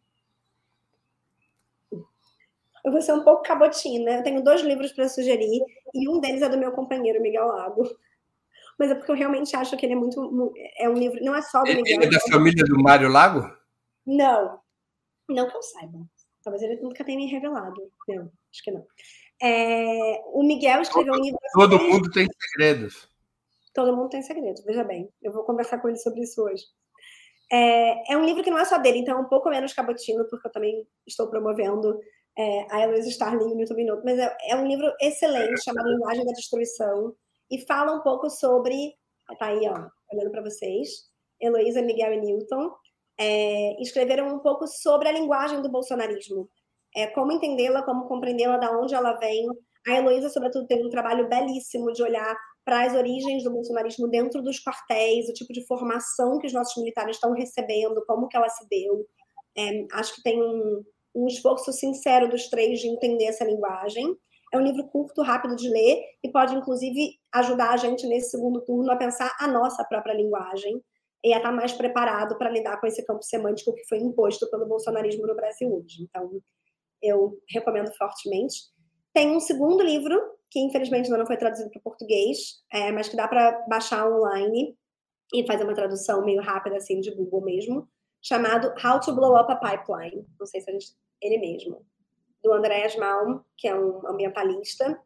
Eu vou ser um pouco cabotina. Eu tenho dois livros para sugerir e um deles é do meu companheiro, Miguel Lago. Mas é porque eu realmente acho que ele é muito... É um livro... Não é só do Miguel. Ele é da família do Mário Lago? Não. Não que eu saiba. Talvez ele nunca tenha me revelado. Não, acho que não. É, o Miguel escreveu todo, um livro... Todo assim, mundo tem segredos. Todo mundo tem segredos, veja bem. Eu vou conversar com ele sobre isso hoje. É, é um livro que não é só dele, então é um pouco menos cabotino, porque eu também estou promovendo é, a Heloísa Starling e o Milton Binotto, mas é, é um livro excelente, chamado Linguagem da Destruição, e fala um pouco sobre... Tá aí, ó, olhando para vocês. Heloísa, Miguel e Newton é, escreveram um pouco sobre a linguagem do bolsonarismo. É, como entendê-la, como compreendê-la, de onde ela vem. A Heloísa, sobretudo, tem um trabalho belíssimo de olhar para as origens do bolsonarismo dentro dos quartéis, o tipo de formação que os nossos militares estão recebendo, como que ela se deu. É, acho que tem um, um esforço sincero dos três de entender essa linguagem. É um livro curto, rápido de ler, e pode, inclusive, ajudar a gente, nesse segundo turno, a pensar a nossa própria linguagem e a estar mais preparado para lidar com esse campo semântico que foi imposto pelo bolsonarismo no Brasil hoje. Então, eu recomendo fortemente. Tem um segundo livro, que infelizmente ainda não foi traduzido para o português, é, mas que dá para baixar online e fazer uma tradução meio rápida, assim, de Google mesmo, chamado How to Blow Up a Pipeline. Não sei se a gente... Ele mesmo. Do Andreas Malm, que é um ambientalista,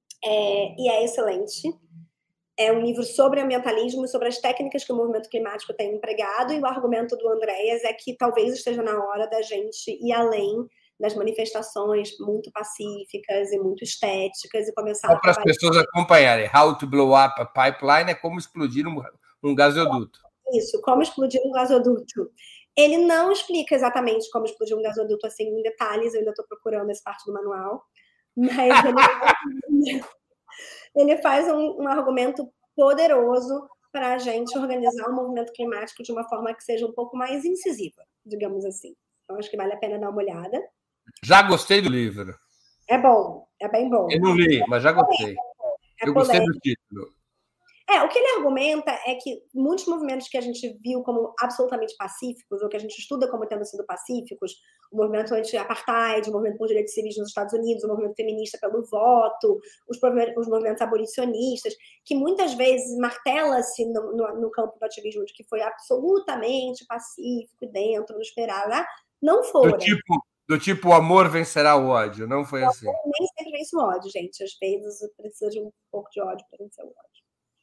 é, e é excelente. É um livro sobre ambientalismo e sobre as técnicas que o movimento climático tem empregado, e o argumento do Andreas é que talvez esteja na hora da gente ir além das manifestações muito pacíficas e muito estéticas e começar Só a para as pessoas acompanharem. How to Blow Up a Pipeline é como explodir um, um gasoduto. Isso, como explodir um gasoduto. Ele não explica exatamente como explodir um gasoduto assim em detalhes, eu ainda estou procurando essa parte do manual, mas ele, ele faz um, um argumento poderoso para a gente organizar o movimento climático de uma forma que seja um pouco mais incisiva, digamos assim. Então, acho que vale a pena dar uma olhada. Já gostei do livro. É bom, é bem bom. Eu não li, mas já gostei. É eu gostei do título. É, o que ele argumenta é que muitos movimentos que a gente viu como absolutamente pacíficos, ou que a gente estuda como tendo sido pacíficos, o movimento anti-apartheid, o movimento por direitos civis nos Estados Unidos, o movimento feminista pelo voto, os, os movimentos abolicionistas, que muitas vezes martela-se no, no, no campo do ativismo de que foi absolutamente pacífico dentro do esperar, né? Não foram. Do tipo, do tipo, o amor vencerá o ódio, não foi assim. Nem sempre vence o ódio, gente. Às vezes precisa de um pouco de ódio para vencer o ódio.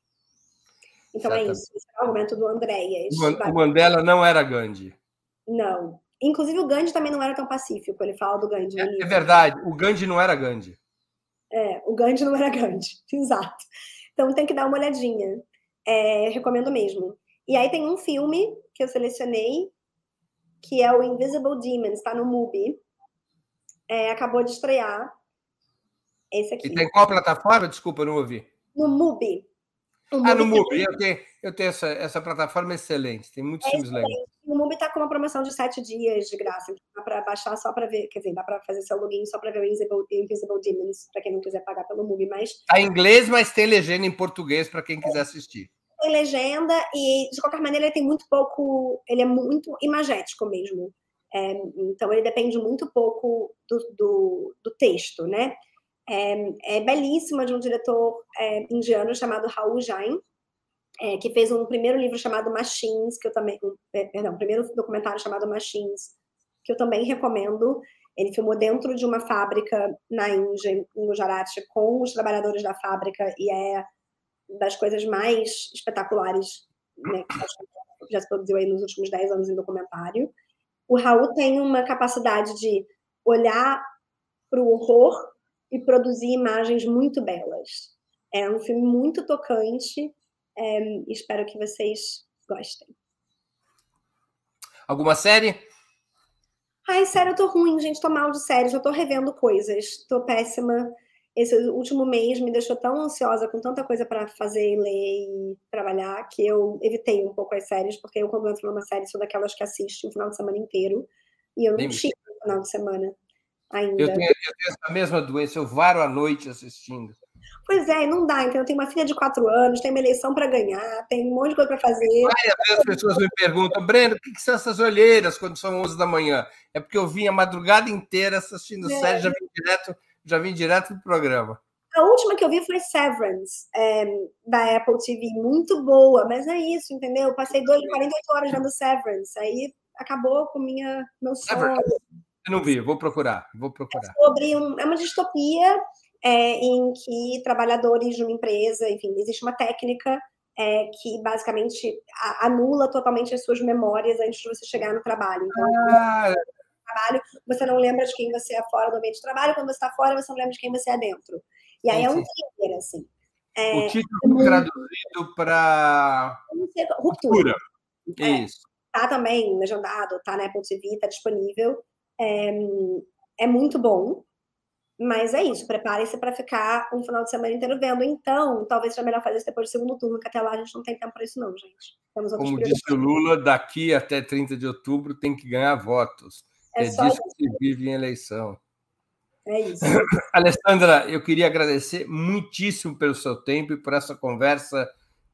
Então Exatamente. É isso, esse é o argumento do Andreas. O Mandela não era Gandhi. Não. Inclusive o Gandhi também não era tão pacífico, ele fala do Gandhi. É, é verdade, o Gandhi não era Gandhi. É, o Gandhi não era Gandhi, exato. Então tem que dar uma olhadinha. É, recomendo mesmo. E aí tem um filme que eu selecionei, que é o Invisible Demons, tá no Mubi. É, acabou de estrear. Esse aqui. E tem qual plataforma? Desculpa, eu não ouvi. No Mubi. O ah, Mubi no Mubi. Eu tenho, eu tenho essa, essa plataforma excelente. Tem muitos é filmes legais. O Mubi tá com uma promoção de sete dias de graça. Então dá para baixar só para ver. Quer dizer, dá para fazer seu login só para ver o Invisible, Invisible Demons, para quem não quiser pagar pelo Mubi. Mas... Tá em inglês, mas tem legenda em português para quem quiser assistir. Tem legenda e, de qualquer maneira, ele tem muito pouco... Ele é muito imagético mesmo. É, então, ele depende muito pouco do, do, do texto, né? É, é belíssima, de um diretor é, indiano chamado Rahul Jain, é, que fez um primeiro livro chamado Machines, que eu também... Um, perdão, um primeiro documentário chamado Machines, que eu também recomendo. Ele filmou dentro de uma fábrica na Índia, em Gujarat, com os trabalhadores da fábrica, e é das coisas mais espetaculares, né, que já se produziu aí nos últimos dez anos em documentário. O Rahul tem uma capacidade de olhar para o horror e produzir imagens muito belas. É um filme muito tocante, é, espero que vocês gostem. Alguma série? Ai, sério, eu tô ruim, gente, tô mal de séries, eu tô revendo coisas, tô péssima. Esse último mês me deixou tão ansiosa, com tanta coisa para fazer, ler e trabalhar, que eu evitei um pouco as séries, porque eu, quando entro numa série, sou daquelas que assiste o final de semana inteiro, e eu não tinha o final de semana ainda. Eu tenho, eu tenho essa mesma doença, eu varo a noite assistindo. Pois é, não dá, então eu tenho uma filha de quatro anos, tenho uma eleição para ganhar, tenho um monte de coisa para fazer. Várias vezes as pessoas me perguntam, Breno, o que, que são essas olheiras quando são onze da manhã? É porque eu vim a madrugada inteira assistindo é. série, já vim direto... Já vim direto pro programa. A última que eu vi foi Severance, é, da Apple T V. Muito boa, mas é isso, entendeu? Eu passei quarenta e oito horas vendo Severance. Aí acabou com minha, meu sono. Eu não vi, vou procurar. Vou procurar. É, sobre um, é uma distopia é, em que trabalhadores de uma empresa, enfim, existe uma técnica é, que basicamente anula totalmente as suas memórias antes de você chegar no trabalho. Então, ah, trabalho, você não lembra de quem você é fora do ambiente de trabalho, quando você está fora, você não lembra de quem você é dentro. E aí sim, é um thriller, assim. É, o título é muito... traduzido para... Ruptura. É, isso. Tá também legendado, tá na Apple T V, tá disponível. É, é muito bom, mas é isso, preparem-se para ficar um final de semana inteiro vendo. Então, talvez seja melhor fazer isso depois do segundo turno, que até lá a gente não tem tempo para isso não, gente. Temos Como disse o Lula, daqui até trinta de outubro tem que ganhar votos. É, é disso que se vive em eleição. É isso. Alessandra, eu queria agradecer muitíssimo pelo seu tempo e por essa conversa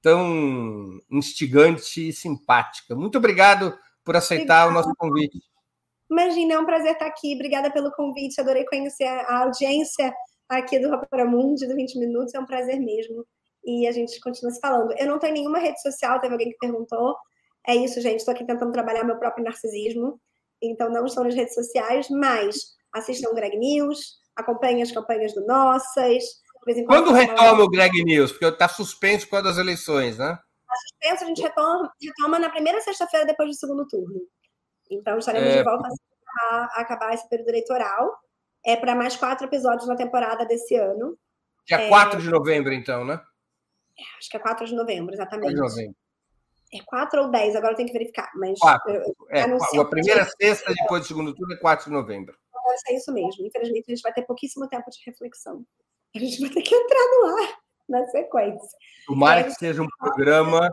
tão instigante e simpática. Muito obrigado por aceitar Obrigada. o nosso convite. Imagina, é um prazer estar aqui. Obrigada pelo convite. Adorei conhecer a audiência aqui do Ópera Mundi, do vinte minutos. É um prazer mesmo. E a gente continua se falando. Eu não tenho nenhuma rede social, teve alguém que perguntou. É isso, gente. Estou aqui tentando trabalhar meu próprio narcisismo. Então, não estou nas redes sociais, mas assistam o Greg News, acompanhem as campanhas do Nossas. De vez em quando, quando retoma o Greg News? Porque está suspenso por causa das eleições, né? Está suspenso, a gente retoma, retoma na primeira sexta-feira depois do segundo turno. Então, estaremos é... de volta a, a acabar esse período eleitoral. É para mais quatro episódios na temporada desse ano. Dia é... quatro de novembro, então, né? É, acho que é quatro de novembro, exatamente. quatro de novembro. É quatro ou dez, agora eu tenho que verificar. Mas quatro. Eu, é, a primeira sexta depois do segundo turno é quatro de novembro. É isso mesmo. Infelizmente, a gente vai ter pouquíssimo tempo de reflexão. A gente vai ter que entrar no ar na sequência. Tomara é, que seja um programa,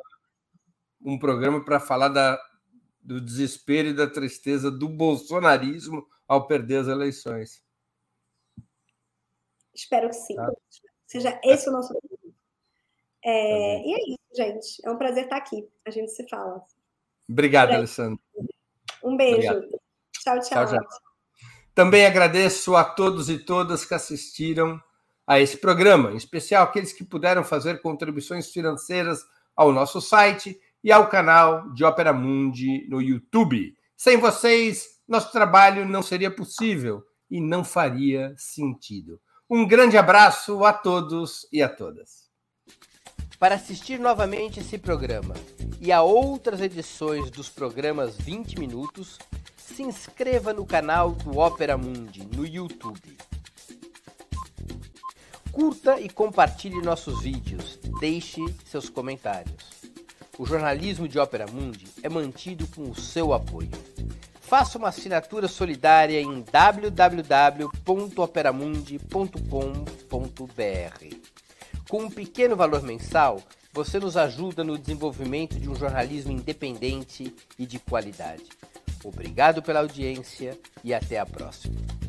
um programa para falar da, do desespero e da tristeza do bolsonarismo ao perder as eleições. Espero que sim. Tá. Seja esse o nosso programa. É, e é isso, gente. É um prazer estar aqui. A gente se fala. Obrigado, Alessandra. Um beijo. Obrigado. Tchau, tchau. tchau, tchau. Também agradeço a todos e todas que assistiram a esse programa, em especial aqueles que puderam fazer contribuições financeiras ao nosso site e ao canal de Ópera Mundi no YouTube. Sem vocês, nosso trabalho não seria possível e não faria sentido. Um grande abraço a todos e a todas. Para assistir novamente esse programa e a outras edições dos programas vinte minutos, se inscreva no canal do Ópera Mundi no YouTube. Curta e compartilhe nossos vídeos. Deixe seus comentários. O jornalismo de Opera Mundi é mantido com o seu apoio. Faça uma assinatura solidária em w w w ponto operamundi ponto com ponto b r. Com um pequeno valor mensal, você nos ajuda no desenvolvimento de um jornalismo independente e de qualidade. Obrigado pela audiência e até a próxima.